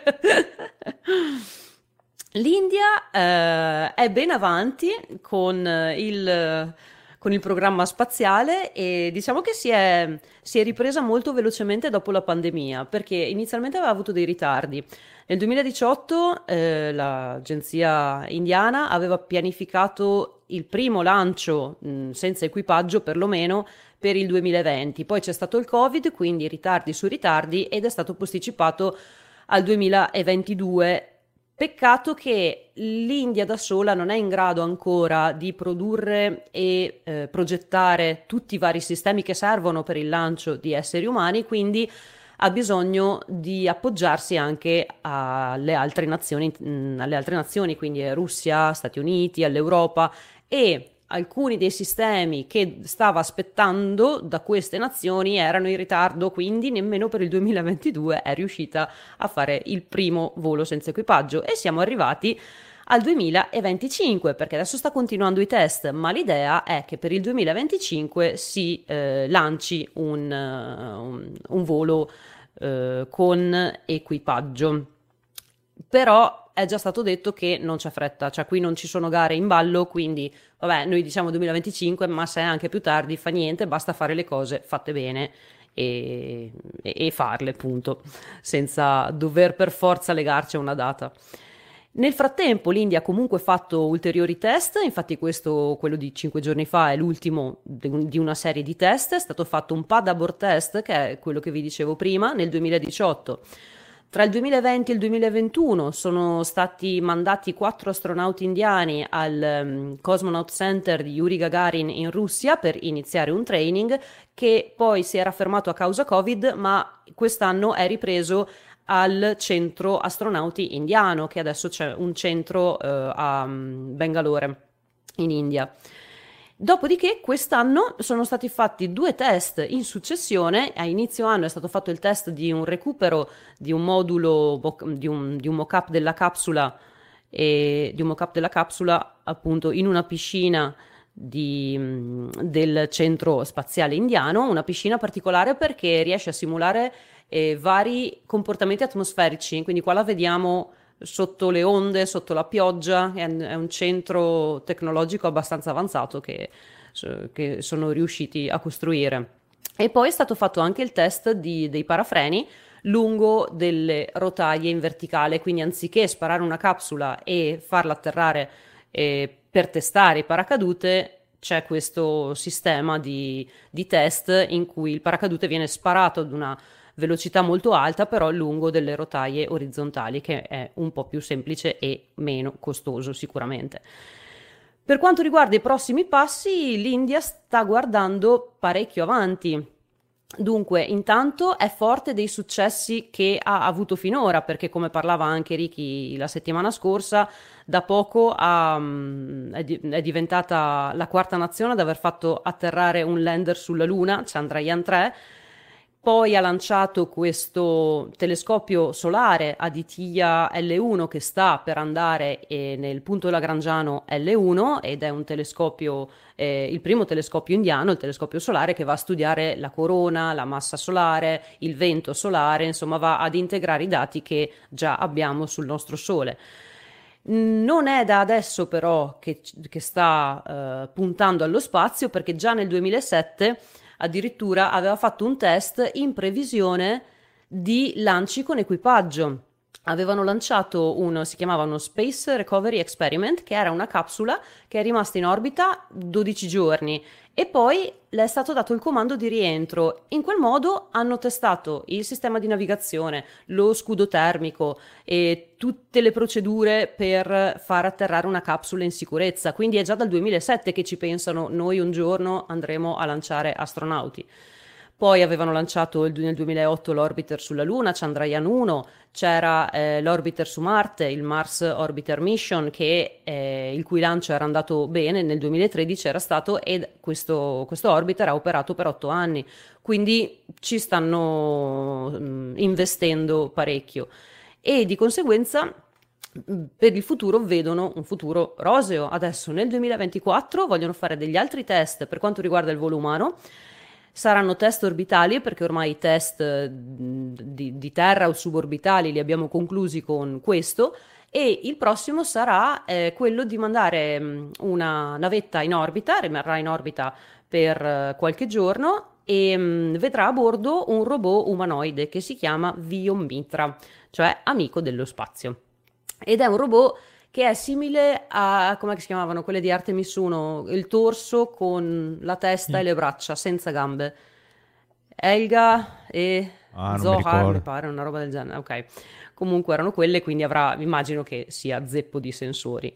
Speaker 3: L'India eh, è ben avanti con il... con il programma spaziale, e diciamo che si è, si è ripresa molto velocemente dopo la pandemia, perché inizialmente aveva avuto dei ritardi. Nel duemiladiciotto eh, l'agenzia indiana aveva pianificato il primo lancio mh, senza equipaggio perlomeno per il duemilaventi, poi c'è stato il Covid, quindi ritardi su ritardi, ed è stato posticipato al duemilaventidue. Peccato che l'India da sola non è in grado ancora di produrre e eh, progettare tutti i vari sistemi che servono per il lancio di esseri umani, quindi ha bisogno di appoggiarsi anche alle altre nazioni, mh, alle altre nazioni, quindi Russia, Stati Uniti, all'Europa, e alcuni dei sistemi che stava aspettando da queste nazioni erano in ritardo, quindi nemmeno per il duemilaventidue è riuscita a fare il primo volo senza equipaggio, e siamo arrivati al duemilaventicinque, perché adesso sta continuando i test, ma l'idea è che per il duemilaventicinque si eh, lanci un, uh, un, un volo uh, con equipaggio. Però è già stato detto che non c'è fretta, cioè qui non ci sono gare in ballo, quindi vabbè, noi diciamo duemilaventicinque, ma se è anche più tardi fa niente, basta fare le cose fatte bene e, e, e farle, punto, senza dover per forza legarci a una data. Nel frattempo l'India ha comunque fatto ulteriori test, infatti questo, quello di cinque giorni fa, è l'ultimo di una serie di test. È stato fatto un pad abort test, che è quello che vi dicevo prima, nel duemiladiciotto. Tra il duemilaventi e il duemilaventuno sono stati mandati quattro astronauti indiani al um, Cosmonaut Center di Yuri Gagarin in Russia per iniziare un training che poi si era fermato a causa Covid, ma quest'anno è ripreso al centro astronauti indiano, che adesso c'è un centro uh, a um, Bangalore in India. Dopodiché quest'anno sono stati fatti due test in successione. A inizio anno è stato fatto il test di un recupero di un modulo, di un, di un mock-up della capsula, e di un mock-up della capsula appunto in una piscina di, del centro spaziale indiano, una piscina particolare perché riesce a simulare eh, vari comportamenti atmosferici, quindi qua la vediamo sotto le onde, sotto la pioggia. È un centro tecnologico abbastanza avanzato che, che sono riusciti a costruire. E poi è stato fatto anche il test di, dei parafreni lungo delle rotaie in verticale, quindi anziché sparare una capsula e farla atterrare eh, per testare i paracadute, c'è questo sistema di, di test in cui il paracadute viene sparato ad una velocità molto alta, però lungo delle rotaie orizzontali, che è un po' più semplice e meno costoso sicuramente. Per quanto riguarda i prossimi passi, l'India sta guardando parecchio avanti. Dunque, intanto è forte dei successi che ha avuto finora, perché come parlava anche Ricky la settimana scorsa, da poco ha, è, di, è diventata la quarta nazione ad aver fatto atterrare un lander sulla Luna, Chandrayaan tre, Poi ha lanciato questo telescopio solare Aditya L uno che sta per andare eh, nel punto lagrangiano L uno ed è un telescopio, eh, il primo telescopio indiano, il telescopio solare che va a studiare la corona, la massa solare, il vento solare, insomma va ad integrare i dati che già abbiamo sul nostro Sole. Non è da adesso però che, che sta eh, puntando allo spazio, perché già nel duemilasette addirittura aveva fatto un test in previsione di lanci con equipaggio. Avevano lanciato uno, si chiamava uno Space Recovery Experiment, che era una capsula che è rimasta in orbita dodici giorni e poi le è stato dato il comando di rientro. In quel modo hanno testato il sistema di navigazione, lo scudo termico e tutte le procedure per far atterrare una capsula in sicurezza. Quindi è già dal duemilasette che ci pensano: noi un giorno andremo a lanciare astronauti. Poi avevano lanciato nel duemilaotto l'orbiter sulla Luna, Chandrayaan uno, c'era eh, l'orbiter su Marte, il Mars Orbiter Mission, che, eh, il cui lancio era andato bene, nel duemilatredici era stato, ed questo, questo orbiter ha operato per otto anni, quindi ci stanno mh, investendo parecchio e di conseguenza per il futuro vedono un futuro roseo. Adesso nel duemilaventiquattro vogliono fare degli altri test per quanto riguarda il volo umano. Saranno test orbitali, perché ormai i test di, di terra o suborbitali li abbiamo conclusi con questo, e il prossimo sarà eh, quello di mandare mh, una navetta in orbita, rimarrà in orbita per uh, qualche giorno e mh, vedrà a bordo un robot umanoide che si chiama Vion Mitra, cioè amico dello spazio. Ed è un robot che è simile a, come si chiamavano quelle di Artemis uno, il torso con la testa mm. e le braccia, senza gambe. Elga e
Speaker 1: ah,
Speaker 3: Zohar, mi, mi pare, una roba del genere. Ok, comunque erano quelle, quindi avrà, immagino che sia zeppo di sensori.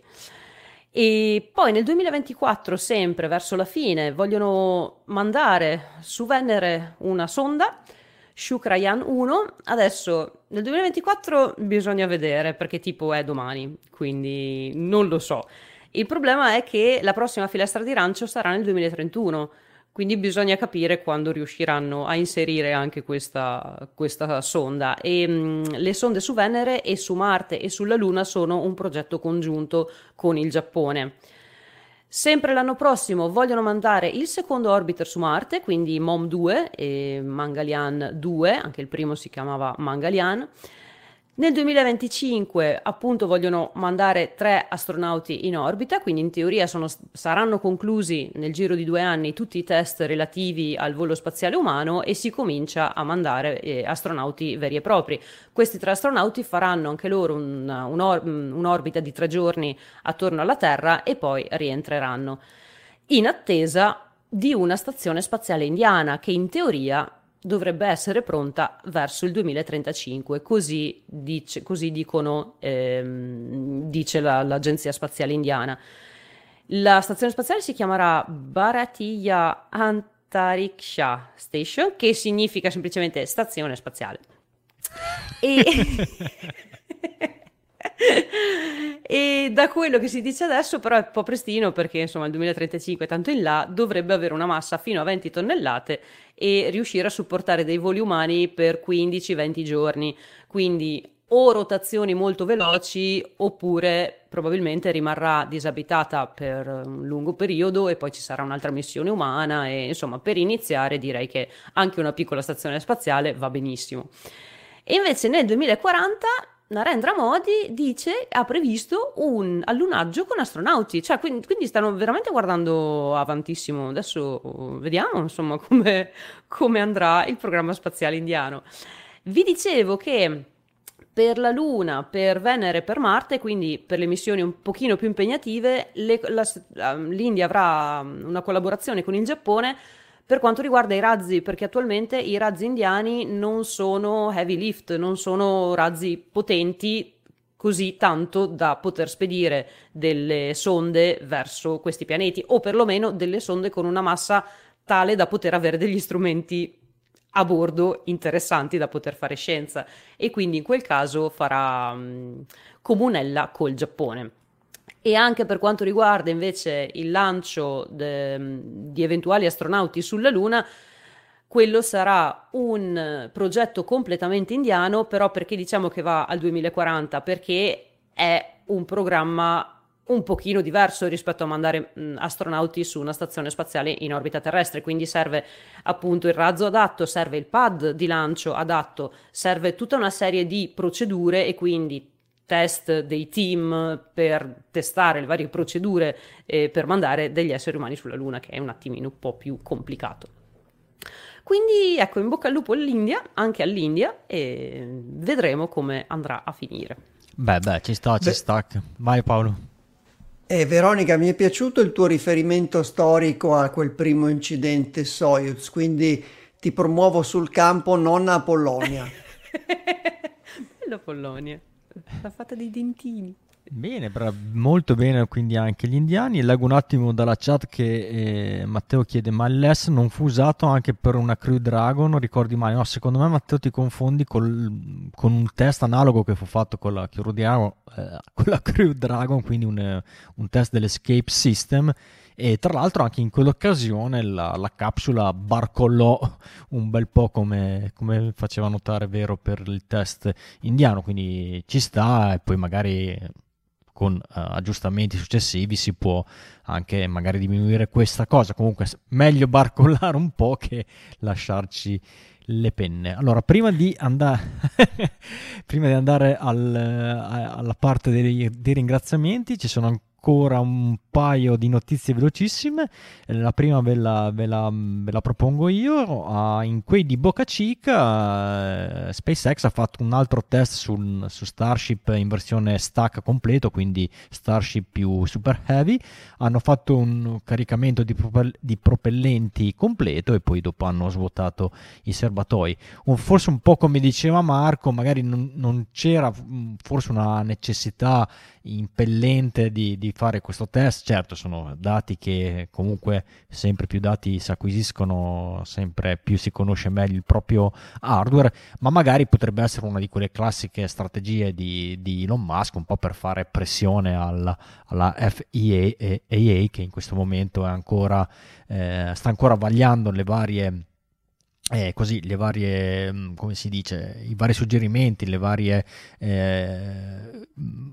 Speaker 3: E poi nel duemilaventiquattro, sempre verso la fine, vogliono mandare su Venere una sonda, Shukrayaan uno. Adesso nel duemilaventiquattro bisogna vedere, perché tipo è domani, quindi non lo so. Il problema è che la prossima finestra di lancio sarà nel duemilatrentuno, quindi bisogna capire quando riusciranno a inserire anche questa, questa sonda. E mh, le sonde su Venere e su Marte e sulla Luna sono un progetto congiunto con il Giappone. Sempre l'anno prossimo vogliono mandare il secondo orbiter su Marte, quindi M O M due e Mangalyaan due, anche il primo si chiamava Mangalyaan. Nel duemilaventicinque appunto vogliono mandare tre astronauti in orbita, quindi in teoria sono, saranno conclusi nel giro di due anni tutti i test relativi al volo spaziale umano e si comincia a mandare eh, astronauti veri e propri. Questi tre astronauti faranno anche loro un, un or- un'orbita di tre giorni attorno alla Terra e poi rientreranno, in attesa di una stazione spaziale indiana che in teoria dovrebbe essere pronta verso il duemilatrentacinque, così, dice, così dicono, ehm, dice la, l'Agenzia Spaziale Indiana. La stazione spaziale si chiamarà Bharatiya Antariksha Station, che significa semplicemente stazione spaziale. E... e da quello che si dice adesso però è un po' prestino, perché insomma il duemilatrentacinque tanto in là dovrebbe avere una massa fino a venti tonnellate e riuscire a supportare dei voli umani per quindici venti giorni, quindi o rotazioni molto veloci oppure probabilmente rimarrà disabitata per un lungo periodo e poi ci sarà un'altra missione umana e insomma per iniziare direi che anche una piccola stazione spaziale va benissimo. E invece nel duemilaquaranta Narendra Modi dice, ha previsto un allunaggio con astronauti, cioè quindi, quindi stanno veramente guardando avantissimo. Adesso vediamo insomma come, come andrà il programma spaziale indiano. Vi dicevo che per la Luna, per Venere e per Marte, quindi per le missioni un pochino più impegnative, le, la, l'India avrà una collaborazione con il Giappone per quanto riguarda i razzi, perché attualmente i razzi indiani non sono heavy lift, non sono razzi potenti così tanto da poter spedire delle sonde verso questi pianeti, o perlomeno delle sonde con una massa tale da poter avere degli strumenti a bordo interessanti da poter fare scienza, e quindi in quel caso farà mh, comunella col Giappone. E anche per quanto riguarda invece il lancio de, di eventuali astronauti sulla Luna, quello sarà un progetto completamente indiano, però perché diciamo che va al duemilaquaranta? Perché è un programma un pochino diverso rispetto a mandare mh, astronauti su una stazione spaziale in orbita terrestre, quindi serve appunto il razzo adatto, serve il pad di lancio adatto, serve tutta una serie di procedure e quindi test dei team per testare le varie procedure eh, per mandare degli esseri umani sulla Luna, che è un attimino un po' più complicato. Quindi ecco, in bocca al lupo all'India, anche all'India, e vedremo come andrà a finire.
Speaker 1: Beh, beh, ci sta, ci
Speaker 2: Beh.
Speaker 1: sta. Vai Paolo.
Speaker 2: E Veronica, mi è piaciuto il tuo riferimento storico a quel primo incidente Soyuz, quindi ti promuovo sul campo nonna Apollonia.
Speaker 3: Bello Polonia, l'ha fatta dei dentini.
Speaker 1: Bene, bra- molto bene, quindi anche gli indiani. Leggo un attimo dalla chat che eh, Matteo chiede: ma l'S non fu usato anche per una Crew Dragon? Ricordi male? No, secondo me Matteo ti confondi col- con un test analogo che fu fatto con la Crew Dragon, eh, con la Crew Dragon, quindi un, eh, un test dell'Escape System. E tra l'altro anche in quell'occasione la, la capsula barcollò un bel po' come, come faceva notare Vero per il test indiano, quindi ci sta, e poi magari con uh, aggiustamenti successivi si può anche magari diminuire questa cosa. Comunque meglio barcollare un po' che lasciarci le penne. Allora, prima di andare prima di andare al, alla parte dei, dei ringraziamenti, ci sono ancora un paio di notizie velocissime. La prima ve la, ve la, ve la propongo io. Uh, in quei di Boca Chica, uh, SpaceX ha fatto un altro test sul, su Starship in versione stack completo, quindi Starship più Super Heavy. Hanno fatto un caricamento di, propell- di propellenti completo e poi dopo hanno svuotato i serbatoi. Un, forse un po' come diceva Marco, magari non, non c'era forse una necessità impellente di, di fare questo test. Certo, sono dati che comunque sempre più dati si acquisiscono, sempre più si conosce meglio il proprio hardware, ma magari potrebbe essere una di quelle classiche strategie di, di Elon Musk, un po' per fare pressione alla, alla F I A A, che in questo momento è ancora eh, sta ancora vagliando le varie Eh, così le varie, come si dice, i vari suggerimenti, le varie eh,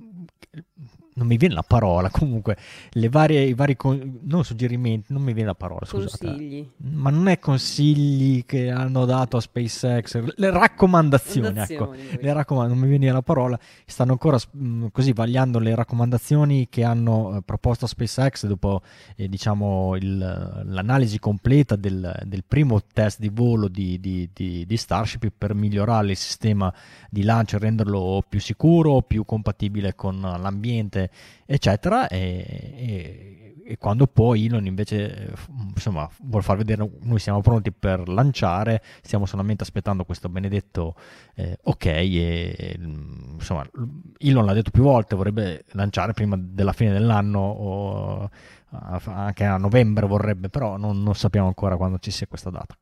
Speaker 1: non mi viene la parola, comunque le varie, i vari con, non suggerimenti, non mi viene la parola, scusate.
Speaker 3: Consigli.
Speaker 1: Ma non è consigli che hanno dato a SpaceX, le raccomandazioni, ecco, le raccomand- non mi viene la parola, stanno ancora mh, così vagliando le raccomandazioni che hanno eh, proposto a SpaceX dopo eh, diciamo il, l'analisi completa del, del primo test di volo di, di, di, di Starship per migliorare il sistema di lancio e renderlo più sicuro, più compatibile con l'ambiente, eccetera, e, e, e quando poi Elon invece insomma vuol far vedere noi siamo pronti per lanciare, stiamo solamente aspettando questo benedetto eh, ok, e, e insomma Elon l'ha detto più volte, vorrebbe lanciare prima della fine dell'anno o anche a novembre vorrebbe, però non, non sappiamo ancora quando ci sia questa data.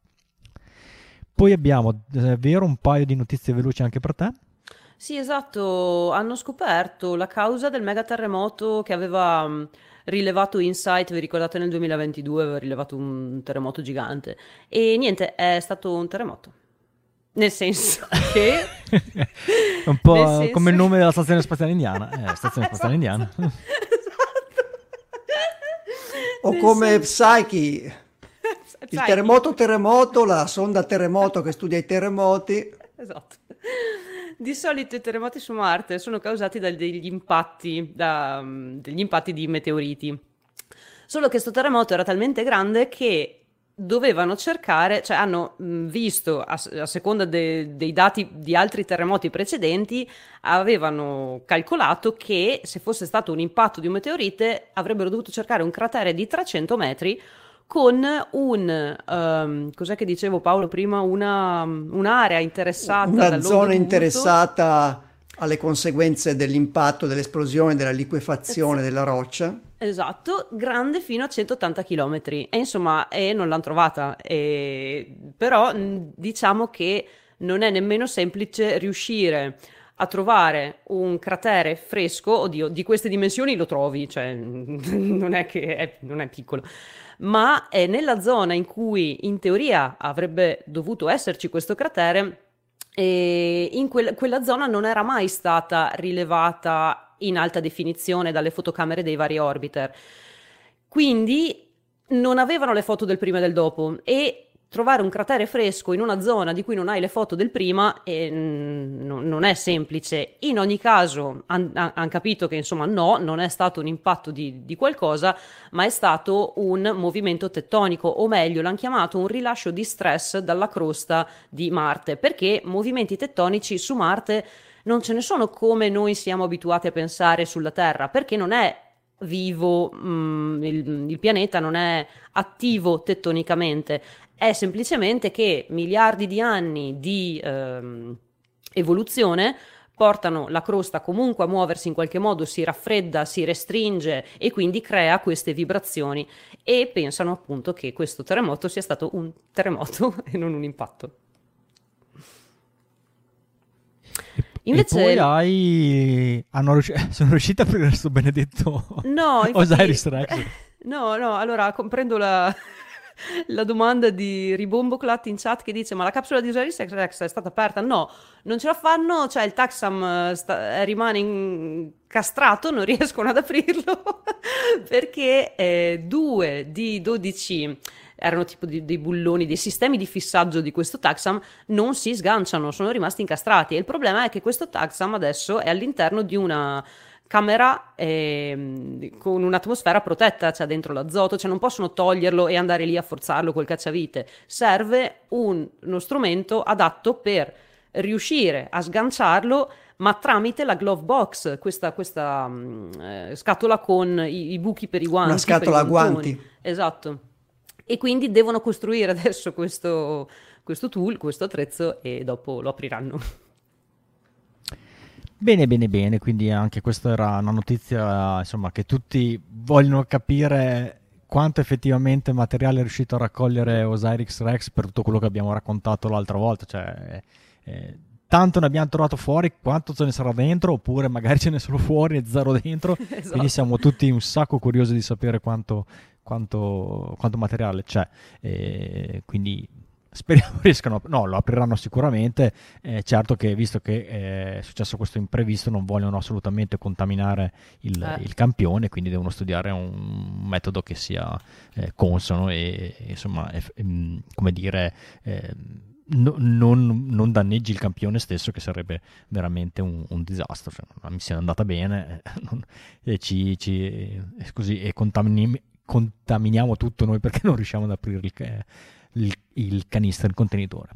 Speaker 1: Poi abbiamo, è vero, un paio di notizie veloci anche per te?
Speaker 3: Sì, esatto, hanno scoperto la causa del megaterremoto che aveva mh, rilevato InSight, vi ricordate nel duemilaventidue aveva rilevato un terremoto gigante e niente, è stato un terremoto. Nel senso che...
Speaker 1: un po'
Speaker 3: Nel senso
Speaker 1: come il
Speaker 3: che-
Speaker 1: nome della stazione spaziale indiana. Eh, stazione spaziale indiana.
Speaker 3: Esatto.
Speaker 2: O
Speaker 3: Nel
Speaker 2: come
Speaker 3: senso-
Speaker 2: Psyche, il
Speaker 3: Psyche.
Speaker 2: terremoto terremoto, la sonda terremoto che studia i terremoti.
Speaker 3: Esatto. Di solito i terremoti su Marte sono causati da degli impatti, da, mm, degli impatti di meteoriti. Solo che questo terremoto era talmente grande che dovevano cercare, cioè hanno mh, visto, a, a seconda de- dei dati di altri terremoti precedenti, avevano calcolato che se fosse stato un impatto di un meteorite avrebbero dovuto cercare un cratere di trecento metri con un, ehm, cos'è che dicevo Paolo prima, una, un'area interessata
Speaker 2: Una
Speaker 3: dall'onda
Speaker 2: zona
Speaker 3: d'urto.
Speaker 2: interessata alle conseguenze dell'impatto, dell'esplosione, della liquefazione della roccia.
Speaker 3: Esatto, grande fino a centottanta chilometri e insomma e non l'hanno trovata, e, però mh, diciamo che non è nemmeno semplice riuscire a trovare un cratere fresco, oddio, di queste dimensioni lo trovi, cioè non è che è, non è piccolo, ma è nella zona in cui in teoria avrebbe dovuto esserci questo cratere, e in quel- quella zona non era mai stata rilevata in alta definizione dalle fotocamere dei vari orbiter. Quindi non avevano le foto del prima e del dopo, e trovare un cratere fresco in una zona di cui non hai le foto del prima eh, n- non è semplice. In ogni caso hanno han capito che insomma no, non è stato un impatto di, di qualcosa, ma è stato un movimento tettonico, o meglio l'hanno chiamato un rilascio di stress dalla crosta di Marte, perché movimenti tettonici su Marte non ce ne sono come noi siamo abituati a pensare sulla Terra, perché non è vivo, mh, il, il pianeta non è attivo tettonicamente, è semplicemente che miliardi di anni di ehm, evoluzione portano la crosta comunque a muoversi in qualche modo, si raffredda, si restringe e quindi crea queste vibrazioni, e pensano appunto che questo terremoto sia stato un terremoto e non un impatto.
Speaker 1: Invece, e poi hai hanno riusci- sono riusciti a aprire questo benedetto
Speaker 3: no, infatti,
Speaker 1: Osiris Rex.
Speaker 3: No, no, allora comprendo la, la domanda di Ribomboclat in chat che dice: ma la capsula di Osiris Rex è stata aperta? No, non ce la fanno, cioè il taxam sta, rimane incastrato, non riescono ad aprirlo perché eh, due di dodici erano tipo di, dei bulloni, dei sistemi di fissaggio di questo taxam non si sganciano, sono rimasti incastrati, e il problema è che questo taxam adesso è all'interno di una camera eh, con un'atmosfera protetta, cioè dentro l'azoto, cioè non possono toglierlo e andare lì a forzarlo col cacciavite, serve un, uno strumento adatto per riuscire a sganciarlo, ma tramite la glove box, questa, questa mh, eh, scatola con i, i buchi per i guanti.
Speaker 2: Una scatola a guanti.
Speaker 3: Esatto. E quindi devono costruire adesso questo, questo tool, questo attrezzo, e dopo lo apriranno.
Speaker 1: Bene, bene, bene, quindi anche questa era una notizia, insomma, che tutti vogliono capire quanto effettivamente materiale è riuscito a raccogliere Osiris Rex per tutto quello che abbiamo raccontato l'altra volta, cioè eh, tanto ne abbiamo trovato fuori, quanto ce ne sarà dentro, oppure magari ce n'è solo fuori e zero dentro. Esatto. Quindi siamo tutti un sacco curiosi di sapere quanto, quanto, quanto materiale c'è, e quindi speriamo riescano, no, lo apriranno sicuramente. Eh, certo che visto che eh, è successo questo imprevisto non vogliono assolutamente contaminare il,
Speaker 3: eh.
Speaker 1: il campione, quindi devono studiare un metodo che sia eh, consono e, e insomma è, è, come dire eh, no, non, non danneggi il campione stesso, che sarebbe veramente un, un disastro. Cioè, la missione è andata bene eh, non, e ci, ci eh, così e contamini, contaminiamo tutto noi perché non riusciamo ad aprire il eh, Il, il canistro, il contenitore.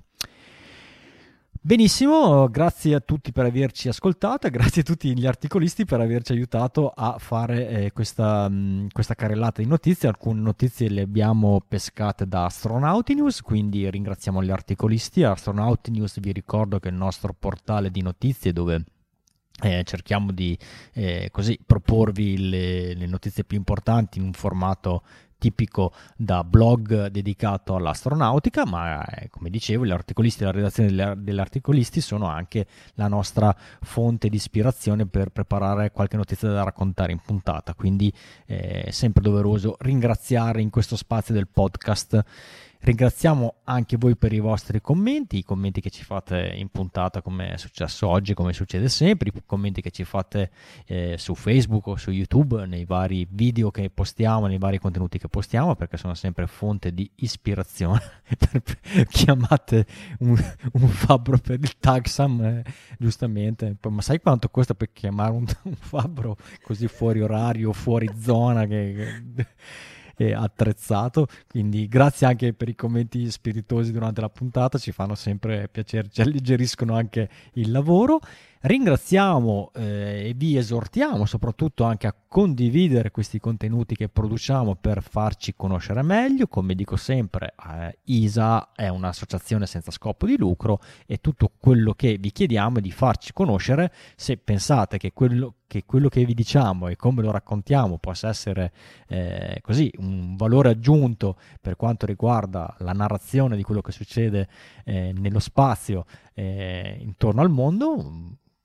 Speaker 1: Benissimo, grazie a tutti per averci ascoltato e grazie a tutti gli articolisti per averci aiutato a fare eh, questa, mh, questa carrellata di notizie. Alcune notizie le abbiamo pescate da Astronauti News, quindi ringraziamo gli articolisti. Astronauti News, vi ricordo che è il nostro portale di notizie dove Eh, cerchiamo di eh, così proporvi le, le notizie più importanti in un formato tipico da blog dedicato all'astronautica, ma eh, come dicevo, gli articolisti e la redazione degli, degli articolisti sono anche la nostra fonte di ispirazione per preparare qualche notizia da raccontare in puntata, quindi eh, è sempre doveroso ringraziare in questo spazio del podcast. Ringraziamo anche voi per i vostri commenti, i commenti che ci fate in puntata, come è successo oggi, come succede sempre, i commenti che ci fate eh, su Facebook o su YouTube, nei vari video che postiamo, nei vari contenuti che postiamo, perché sono sempre fonte di ispirazione. Chiamate un, un fabbro per il taxam, eh, giustamente, ma sai quanto costa per chiamare un, un fabbro così fuori orario, fuori zona, che... che attrezzato? Quindi grazie anche per i commenti spiritosi durante la puntata, ci fanno sempre piacere, ci alleggeriscono anche il lavoro. Ringraziamo eh, e vi esortiamo soprattutto anche a condividere questi contenuti che produciamo per farci conoscere meglio. Come dico sempre, eh, I S A è un'associazione senza scopo di lucro e tutto quello che vi chiediamo è di farci conoscere. Se pensate che quello che, quello che vi diciamo e come lo raccontiamo possa essere eh, così un valore aggiunto per quanto riguarda la narrazione di quello che succede eh, nello spazio eh, intorno al mondo,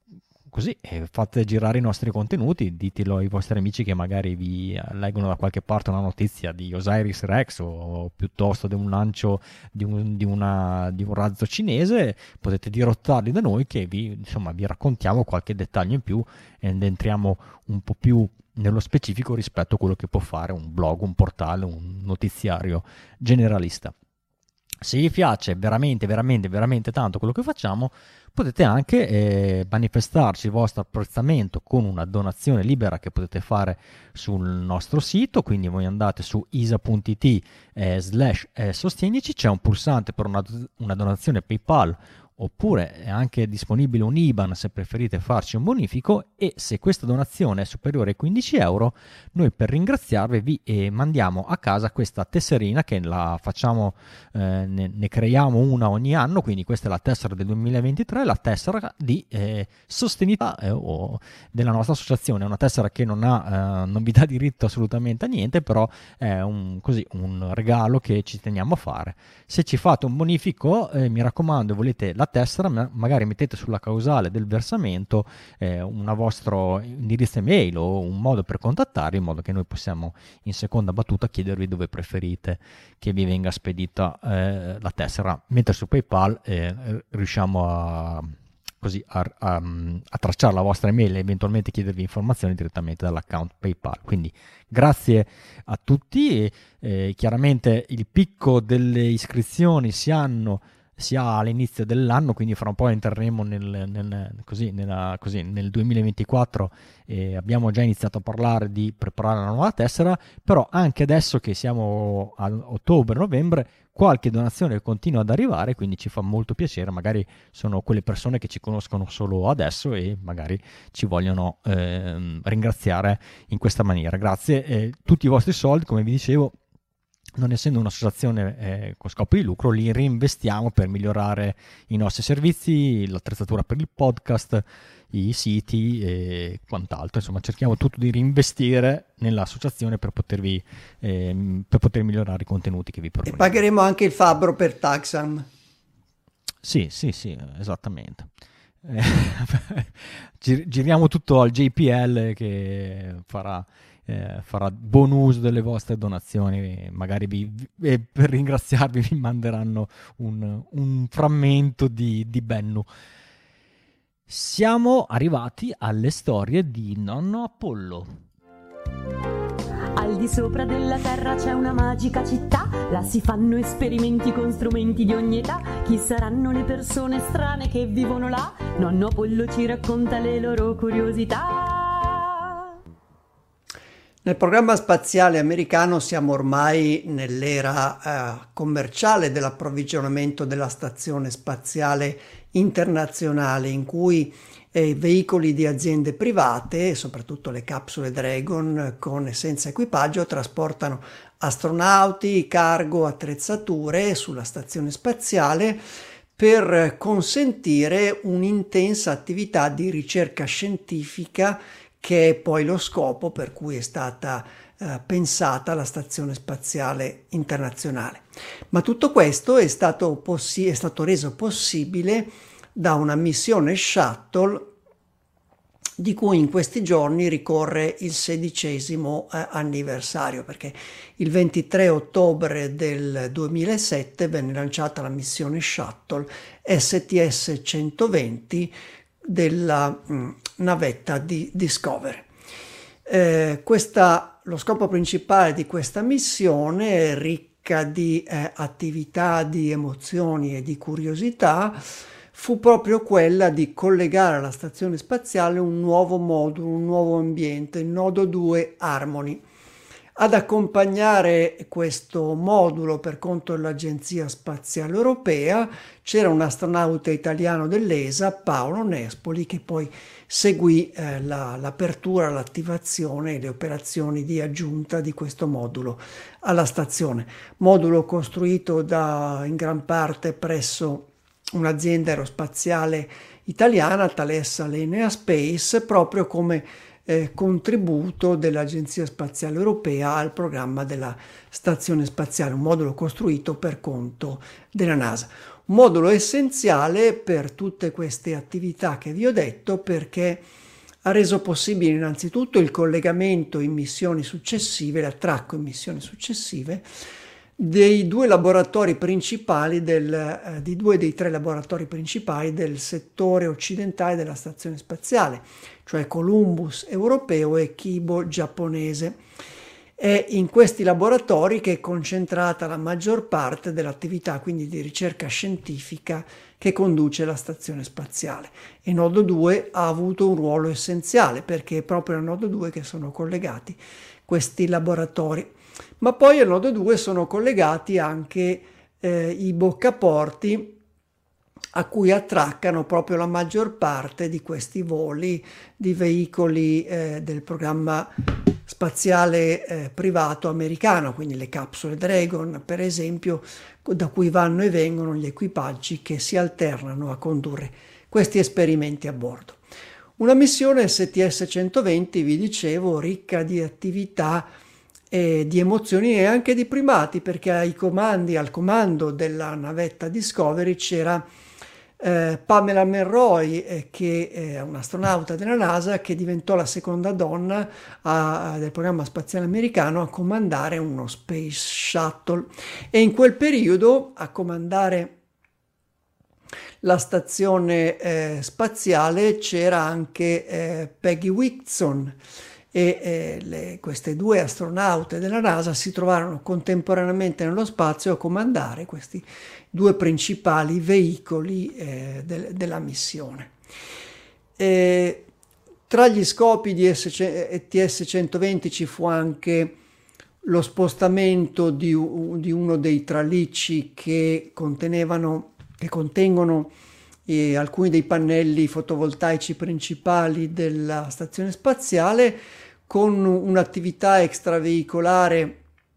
Speaker 1: così eh, fate girare i nostri contenuti, ditelo ai vostri amici che magari vi eh, leggono da qualche parte una notizia di Osiris Rex o, o piuttosto di un lancio di un, di una, di un razzo cinese, potete dirottarli da noi che vi, insomma, vi raccontiamo qualche dettaglio in più ed entriamo un po' più nello specifico rispetto a quello che può fare un blog, un portale, un notiziario generalista. Se vi piace veramente, veramente, veramente tanto quello che facciamo, potete anche eh, manifestarci il vostro apprezzamento con una donazione libera che potete fare sul nostro sito. Quindi voi andate su isa.it eh, slash eh, sostienici, c'è un pulsante per una, una donazione PayPal, oppure è anche disponibile un I B A N se preferite farci un bonifico, e se questa donazione è superiore ai quindici euro, noi per ringraziarvi vi eh, mandiamo a casa questa tesserina che la facciamo, eh, ne, ne creiamo una ogni anno, quindi questa è la tessera del duemilaventitré, la tessera di eh, sostenibilità eh, o della nostra associazione. È una tessera che non, ha, eh, non vi dà diritto assolutamente a niente, però è un, così, un regalo che ci teniamo a fare. Se ci fate un bonifico, eh, mi raccomando, volete la tessera, magari mettete sulla causale del versamento eh, un vostro indirizzo email o un modo per contattarvi, in modo che noi possiamo in seconda battuta chiedervi dove preferite che vi venga spedita eh, la tessera, mentre su PayPal eh, riusciamo a, così, a, a, a tracciare la vostra email e eventualmente chiedervi informazioni direttamente dall'account PayPal. Quindi grazie a tutti e, eh, chiaramente il picco delle iscrizioni si hanno si ha all'inizio dell'anno, quindi fra un po' entreremo nel, nel, così, nella, così, nel duemilaventiquattro e abbiamo già iniziato a parlare di preparare la nuova tessera, però anche adesso che siamo a ottobre-novembre qualche donazione continua ad arrivare, quindi ci fa molto piacere. Magari sono quelle persone che ci conoscono solo adesso e magari ci vogliono eh, ringraziare in questa maniera. Grazie, eh, tutti i vostri soldi, come vi dicevo, non essendo un'associazione eh, con scopo di lucro, li reinvestiamo per migliorare i nostri servizi, l'attrezzatura per il podcast, i siti e quant'altro. Insomma, cerchiamo tutto di reinvestire nell'associazione per potervi eh, per poter migliorare i contenuti che vi proponiamo.
Speaker 2: E pagheremo anche il fabbro per Taxam.
Speaker 1: Sì, sì, sì, esattamente. Eh, giriamo tutto al J P L che farà Eh, farà buon uso delle vostre donazioni. Magari vi, vi, per ringraziarvi vi manderanno un, un frammento di, di Bennu. Siamo arrivati alle storie di nonno Apollo.
Speaker 4: Al di sopra della terra c'è una magica città, là si fanno esperimenti con strumenti di ogni età. Chi saranno le persone strane che vivono là? Nonno Apollo ci racconta le loro curiosità.
Speaker 2: Nel programma spaziale americano siamo ormai nell'era eh, commerciale dell'approvvigionamento della stazione spaziale internazionale, in cui eh, veicoli di aziende private, soprattutto le capsule Dragon con e senza equipaggio, trasportano astronauti, cargo, attrezzature sulla stazione spaziale per consentire un'intensa attività di ricerca scientifica, che è poi lo scopo per cui è stata eh, pensata la Stazione Spaziale Internazionale. Ma tutto questo è stato, possi- è stato reso possibile da una missione shuttle di cui in questi giorni ricorre il sedicesimo eh, anniversario, perché il ventitré ottobre del duemilasette venne lanciata la missione shuttle S T S centoventi della mh, navetta di Discovery. Eh, questa, lo scopo principale di questa missione è ricca di eh, attività, di emozioni e di curiosità. Fu proprio quella di collegare alla stazione spaziale un nuovo modulo, un nuovo ambiente, il nodo due Harmony. Ad accompagnare questo modulo per conto dell'Agenzia Spaziale Europea c'era un astronauta italiano dell'E S A, Paolo Nespoli, che poi seguì eh, la, l'apertura, l'attivazione e le operazioni di aggiunta di questo modulo alla stazione. Modulo costruito da, in gran parte presso un'azienda aerospaziale italiana, Thales Alenia Space, proprio come eh, contributo dell'Agenzia Spaziale Europea al programma della Stazione Spaziale, un modulo costruito per conto della NASA. Un modulo essenziale per tutte queste attività che vi ho detto, perché ha reso possibile innanzitutto il collegamento in missioni successive, l'attracco in missioni successive, dei due laboratori principali, del, eh, di due dei tre laboratori principali del settore occidentale della Stazione Spaziale, cioè Columbus europeo e Kibo giapponese. È in questi laboratori che è concentrata la maggior parte dell'attività, quindi di ricerca scientifica, che conduce la Stazione Spaziale. E Nodo due ha avuto un ruolo essenziale, perché è proprio a Nodo due che sono collegati questi laboratori. Ma poi a Nodo due sono collegati anche eh, i boccaporti a cui attraccano proprio la maggior parte di questi voli di veicoli eh, del programma spaziale eh, privato americano, quindi le capsule Dragon, per esempio, da cui vanno e vengono gli equipaggi che si alternano a condurre questi esperimenti a bordo. Una missione S T S centoventi, vi dicevo, ricca di attività e di emozioni e anche di primati, perché ai comandi, al comando della navetta Discovery c'era eh, Pamela Melroy, eh, che è un'astronauta della NASA, che diventò la seconda donna a, a, del programma spaziale americano a comandare uno Space Shuttle, e in quel periodo a comandare la stazione eh, spaziale c'era anche eh, Peggy Whitson, e eh, le, queste due astronaute della NASA si trovarono contemporaneamente nello spazio a comandare questi due principali veicoli eh, de, della missione. E tra gli scopi di S T S centoventi ci fu anche lo spostamento di, di uno dei tralicci che contenevano che contengono eh, alcuni dei pannelli fotovoltaici principali della stazione spaziale, con un'attività extraveicolare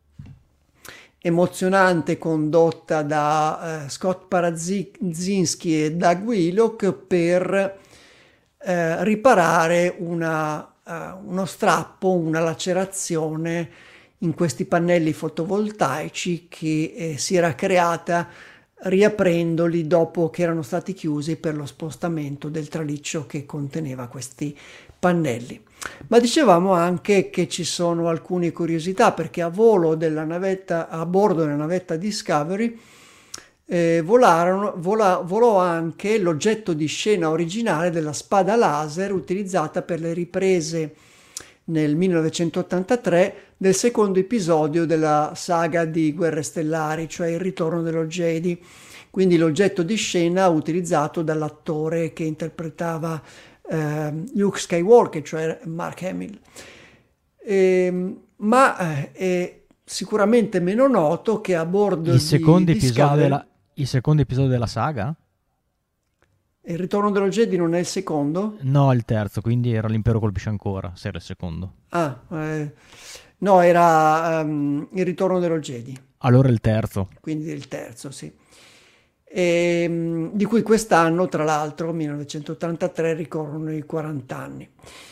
Speaker 2: emozionante condotta da eh, Scott Parazynski e Doug Willock per eh, riparare una, uh, uno strappo, una lacerazione in questi pannelli fotovoltaici che eh, si era creata riaprendoli dopo che erano stati chiusi per lo spostamento del traliccio che conteneva questi pannelli. Ma dicevamo anche che ci sono alcune curiosità, perché a volo della navetta, a bordo della navetta Discovery eh, volarono, vola, volò anche l'oggetto di scena originale della spada laser utilizzata per le riprese nel millenovecentottantatré del secondo episodio della saga di Guerre Stellari, cioè Il ritorno dello Jedi, quindi l'oggetto di scena utilizzato dall'attore che interpretava eh, Luke Skywalker, cioè Mark Hamill. E, ma eh, è sicuramente meno noto che a bordo
Speaker 1: il
Speaker 2: di
Speaker 1: secondo
Speaker 2: Discovery,
Speaker 1: episodio della, il secondo episodio della saga?
Speaker 2: Il ritorno dello Jedi non è il secondo?
Speaker 1: No, il terzo, quindi era L'impero colpisce ancora, se era il secondo.
Speaker 2: Ah, eh, no, era um, Il ritorno dello Jedi.
Speaker 1: Allora il terzo.
Speaker 2: Quindi il terzo, sì. E, um, di cui quest'anno, tra l'altro, millenovecentottantatré, ricorrono i quaranta anni.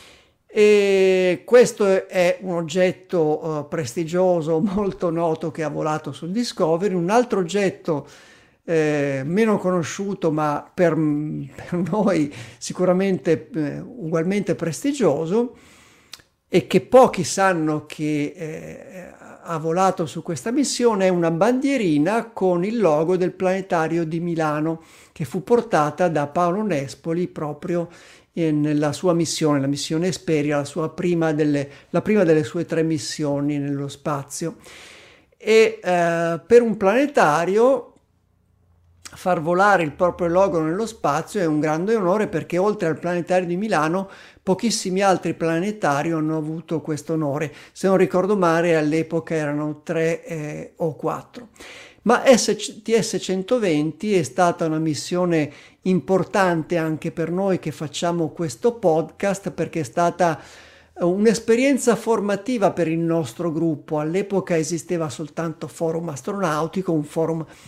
Speaker 2: E questo è un oggetto uh, prestigioso, molto noto, che ha volato sul Discovery. Un altro oggetto Eh, meno conosciuto, ma per, per noi sicuramente eh, ugualmente prestigioso, e che pochi sanno che eh, ha volato su questa missione, è una bandierina con il logo del planetario di Milano, che fu portata da Paolo Nespoli proprio eh, nella sua missione, la missione Hesperia, la, sua prima delle, la prima delle sue tre missioni nello spazio. E eh, per un planetario far volare il proprio logo nello spazio è un grande onore, perché oltre al planetario di Milano pochissimi altri planetari hanno avuto questo onore. Se non ricordo male, all'epoca erano tre eh, o quattro. Ma S T S centoventi è stata una missione importante anche per noi che facciamo questo podcast, perché è stata un'esperienza formativa per il nostro gruppo. All'epoca esisteva soltanto Forum Astronautico, un forum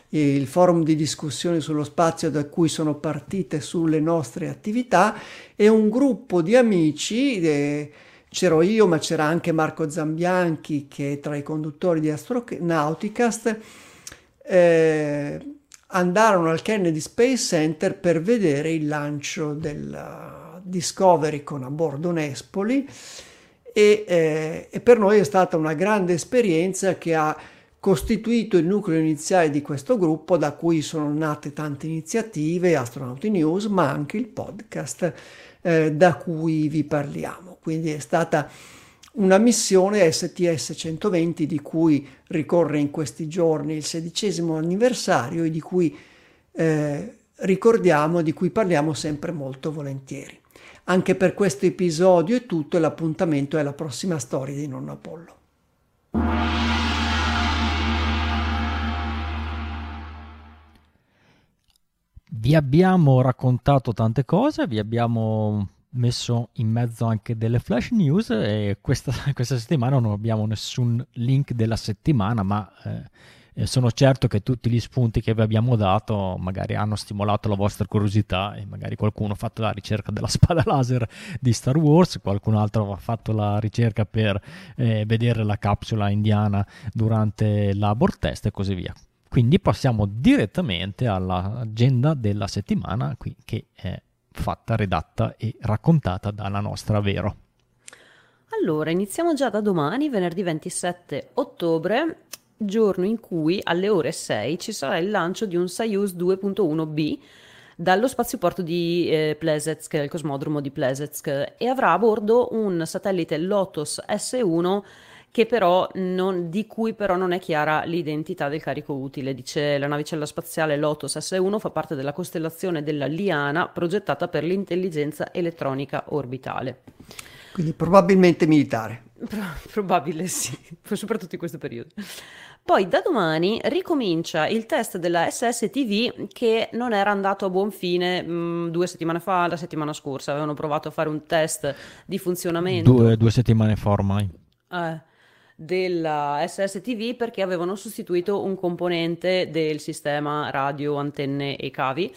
Speaker 2: il forum di discussione sullo spazio da cui sono partite sulle nostre attività, e un gruppo di amici, eh, c'ero io ma c'era anche Marco Zambianchi che è tra i conduttori di Astronauticast, eh, andarono al Kennedy Space Center per vedere il lancio della Discovery con a bordo Nespoli, e, eh, e per noi è stata una grande esperienza che ha costituito il nucleo iniziale di questo gruppo, da cui sono nate tante iniziative, Astronauti News, ma anche il podcast eh, da cui vi parliamo. Quindi è stata una missione S T S centoventi di cui ricorre in questi giorni il sedicesimo anniversario e di cui eh, ricordiamo, di cui parliamo sempre molto volentieri. Anche per questo episodio è tutto, e l'appuntamento è la prossima storia di Nonno Apollo.
Speaker 1: Vi abbiamo raccontato tante cose, vi abbiamo messo in mezzo anche delle flash news, e questa, questa settimana non abbiamo nessun link della settimana, ma eh, sono certo che tutti gli spunti che vi abbiamo dato magari hanno stimolato la vostra curiosità, e magari qualcuno ha fatto la ricerca della spada laser di Star Wars, qualcun altro ha fatto la ricerca per eh, vedere la capsula indiana durante l'Abort test e così via. Quindi passiamo direttamente all'agenda della settimana, qui, che è fatta, redatta e raccontata dalla nostra Vero.
Speaker 3: Allora, iniziamo già da domani, venerdì ventisette ottobre, giorno in cui alle ore sei ci sarà il lancio di un Soyuz due punto uno B dallo spazioporto di eh, Plesetsk, il cosmodromo di Plesetsk, e avrà a bordo un satellite Lotus S uno che però non, di cui però non è chiara l'identità del carico utile. Dice la navicella spaziale Lotus S uno fa parte della costellazione della Liana, progettata per l'intelligenza elettronica orbitale.
Speaker 2: Quindi probabilmente militare.
Speaker 3: Pro- probabile sì, soprattutto in questo periodo. Poi da domani ricomincia il test della S S T V, che non era andato a buon fine mh, due settimane fa, la settimana scorsa. Avevano provato a fare un test di funzionamento.
Speaker 1: Due, due settimane fa ormai.
Speaker 3: Eh. Della S S T V, perché avevano sostituito un componente del sistema radio, antenne e cavi,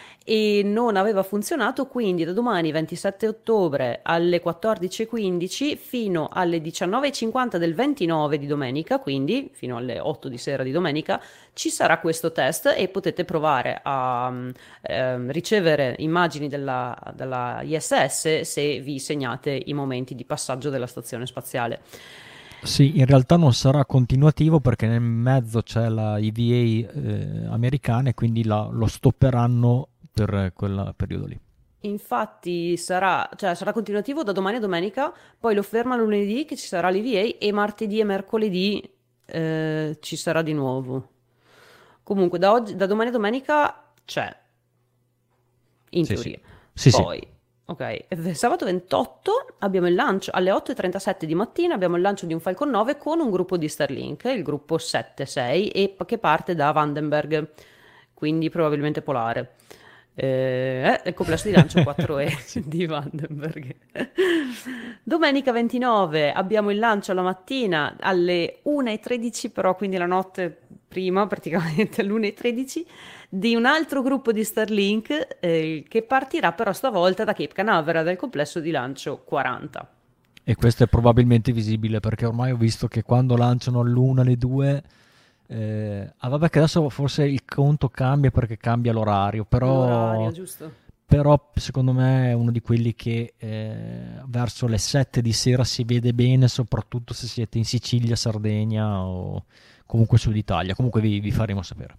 Speaker 3: e non aveva funzionato. Quindi da domani ventisette ottobre alle quattordici e quindici fino alle diciannove e cinquanta del ventinove di domenica, quindi fino alle otto di sera di domenica, ci sarà questo test e potete provare a eh, ricevere immagini della, della I S S se vi segnate i momenti di passaggio della stazione spaziale.
Speaker 1: Sì, in realtà non sarà continuativo perché nel mezzo c'è la E V A eh, americana, e quindi la, lo stopperanno per quel periodo lì.
Speaker 3: Infatti sarà, cioè, sarà continuativo da domani a domenica, poi lo ferma lunedì che ci sarà l'E V A, e martedì e mercoledì eh, ci sarà di nuovo. Comunque da, oggi, da domani a domenica c'è, in
Speaker 1: sì,
Speaker 3: teoria.
Speaker 1: Sì.
Speaker 3: Poi...
Speaker 1: Sì, sì.
Speaker 3: Ok, sabato ventotto abbiamo il lancio alle otto e trentasette di mattina, abbiamo il lancio di un Falcon nove con un gruppo di Starlink, il gruppo sette sei, e che parte da Vandenberg, quindi probabilmente polare. Eh, il complesso di lancio quattro E di Vandenberg. Domenica ventinove abbiamo il lancio alla mattina alle una e tredici, però quindi la notte prima, praticamente alle una e tredici, di un altro gruppo di Starlink eh, che partirà però stavolta da Cape Canaveral, dal complesso di lancio quaranta.
Speaker 1: E questo è probabilmente visibile perché ormai ho visto che quando lanciano all'una, alle due, eh, ah vabbè che adesso forse il conto cambia perché cambia l'orario, però,
Speaker 3: l'orario, giusto.
Speaker 1: Però secondo me è uno di quelli che eh, verso le sette di sera si vede bene, soprattutto se siete in Sicilia, Sardegna o comunque Sud Italia. Comunque vi, vi faremo sapere.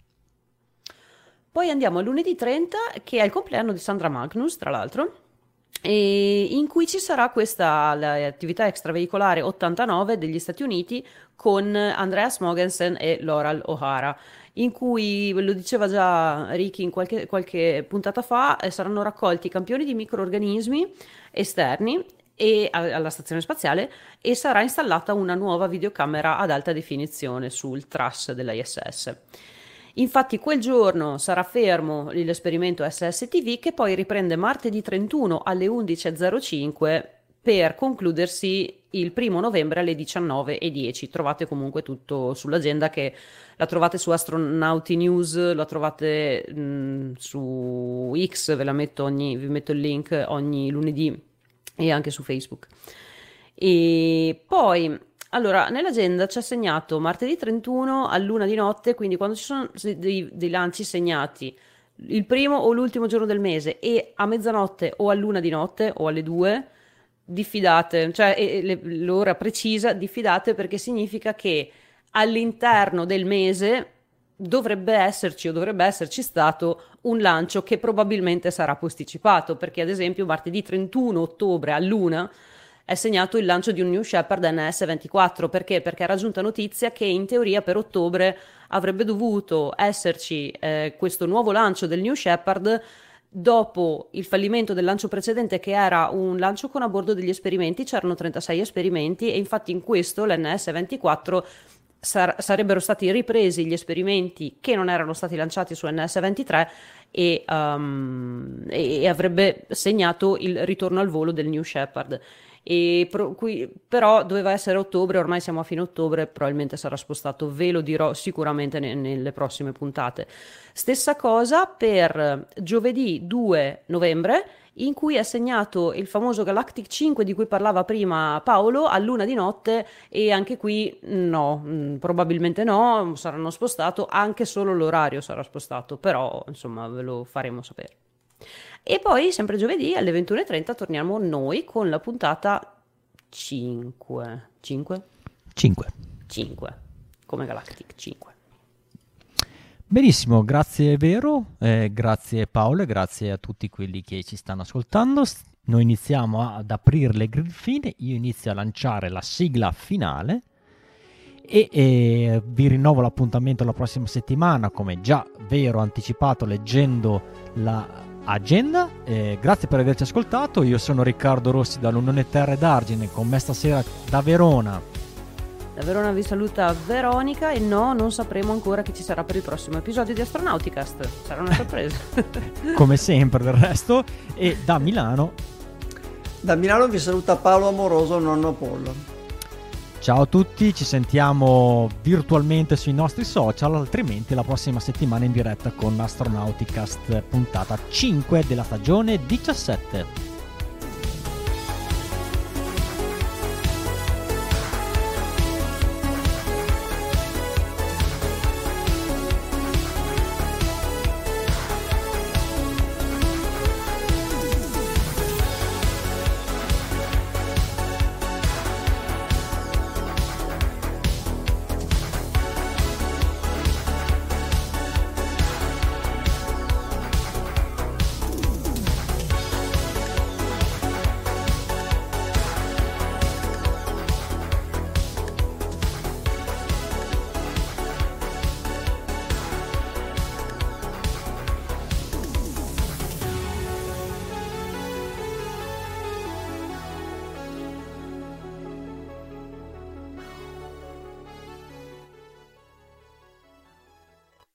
Speaker 3: Poi andiamo a lunedì trenta, che è il compleanno di Sandra Magnus, tra l'altro, e in cui ci sarà questa l'attività extraveicolare ottantanove degli Stati Uniti con Andreas Mogensen e Laurel O'Hara, in cui, lo diceva già Ricky in qualche, qualche puntata fa, eh, saranno raccolti campioni di microorganismi esterni e alla stazione spaziale, e sarà installata una nuova videocamera ad alta definizione sul truss dell'I S S. Infatti quel giorno sarà fermo l'esperimento S S T V, che poi riprende martedì trentuno alle undici e zero cinque per concludersi il primo novembre alle diciannove e dieci. Trovate comunque tutto sull'agenda, che la trovate su Astronauti News, la trovate mh, su X, ve la metto ogni, vi metto il link ogni lunedì, e anche su Facebook. E poi, allora, nell'agenda c'è segnato martedì trentuno a luna di notte, quindi quando ci sono dei, dei lanci segnati il primo o l'ultimo giorno del mese e a mezzanotte o a luna di notte o alle due, diffidate, cioè e, le, l'ora precisa, diffidate, perché significa che all'interno del mese dovrebbe esserci o dovrebbe esserci stato un lancio che probabilmente sarà posticipato, perché ad esempio martedì trentuno ottobre a luna è segnato il lancio di un New Shepard N S ventiquattro. Perché? Perché era giunta notizia che in teoria per ottobre avrebbe dovuto esserci eh, questo nuovo lancio del New Shepard dopo il fallimento del lancio precedente, che era un lancio con a bordo degli esperimenti. C'erano trentasei esperimenti e infatti in questo l'N S ventiquattro sar- sarebbero stati ripresi gli esperimenti che non erano stati lanciati su N S ventitré e, um, e, e avrebbe segnato il ritorno al volo del New Shepard. E pro, qui, però doveva essere ottobre, ormai siamo a fine ottobre, probabilmente sarà spostato, ve lo dirò sicuramente ne, nelle prossime puntate. Stessa cosa per giovedì due novembre, in cui è segnato il famoso Galactic cinque di cui parlava prima Paolo a luna di notte, e anche qui no, probabilmente no, saranno spostato, anche solo l'orario sarà spostato, però insomma ve lo faremo sapere. E poi sempre giovedì alle ventuno e trenta torniamo noi con la puntata cinque. cinque?
Speaker 1: cinque.
Speaker 3: cinque, come Galactic cinque.
Speaker 1: Benissimo, grazie Vero, eh, grazie Paolo e grazie a tutti quelli che ci stanno ascoltando. Noi iniziamo ad aprire le grifine, io inizio a lanciare la sigla finale e, e vi rinnovo l'appuntamento la prossima settimana, come già Vero ha anticipato leggendo la agenda. Eh, grazie per averci ascoltato. Io sono Riccardo Rossi dall'Unione Terre d'Argine, con me stasera da Verona
Speaker 3: da Verona vi saluta Veronica, e no, non sapremo ancora che ci sarà per il prossimo episodio di Astronauticast, sarà una sorpresa.
Speaker 1: Come sempre del resto. E da Milano
Speaker 2: da Milano vi saluta Paolo Amoroso, nonno Apollo.
Speaker 1: Ciao a tutti, ci sentiamo virtualmente sui nostri social, altrimenti la prossima settimana in diretta con Astronauticast puntata cinque della stagione diciassette.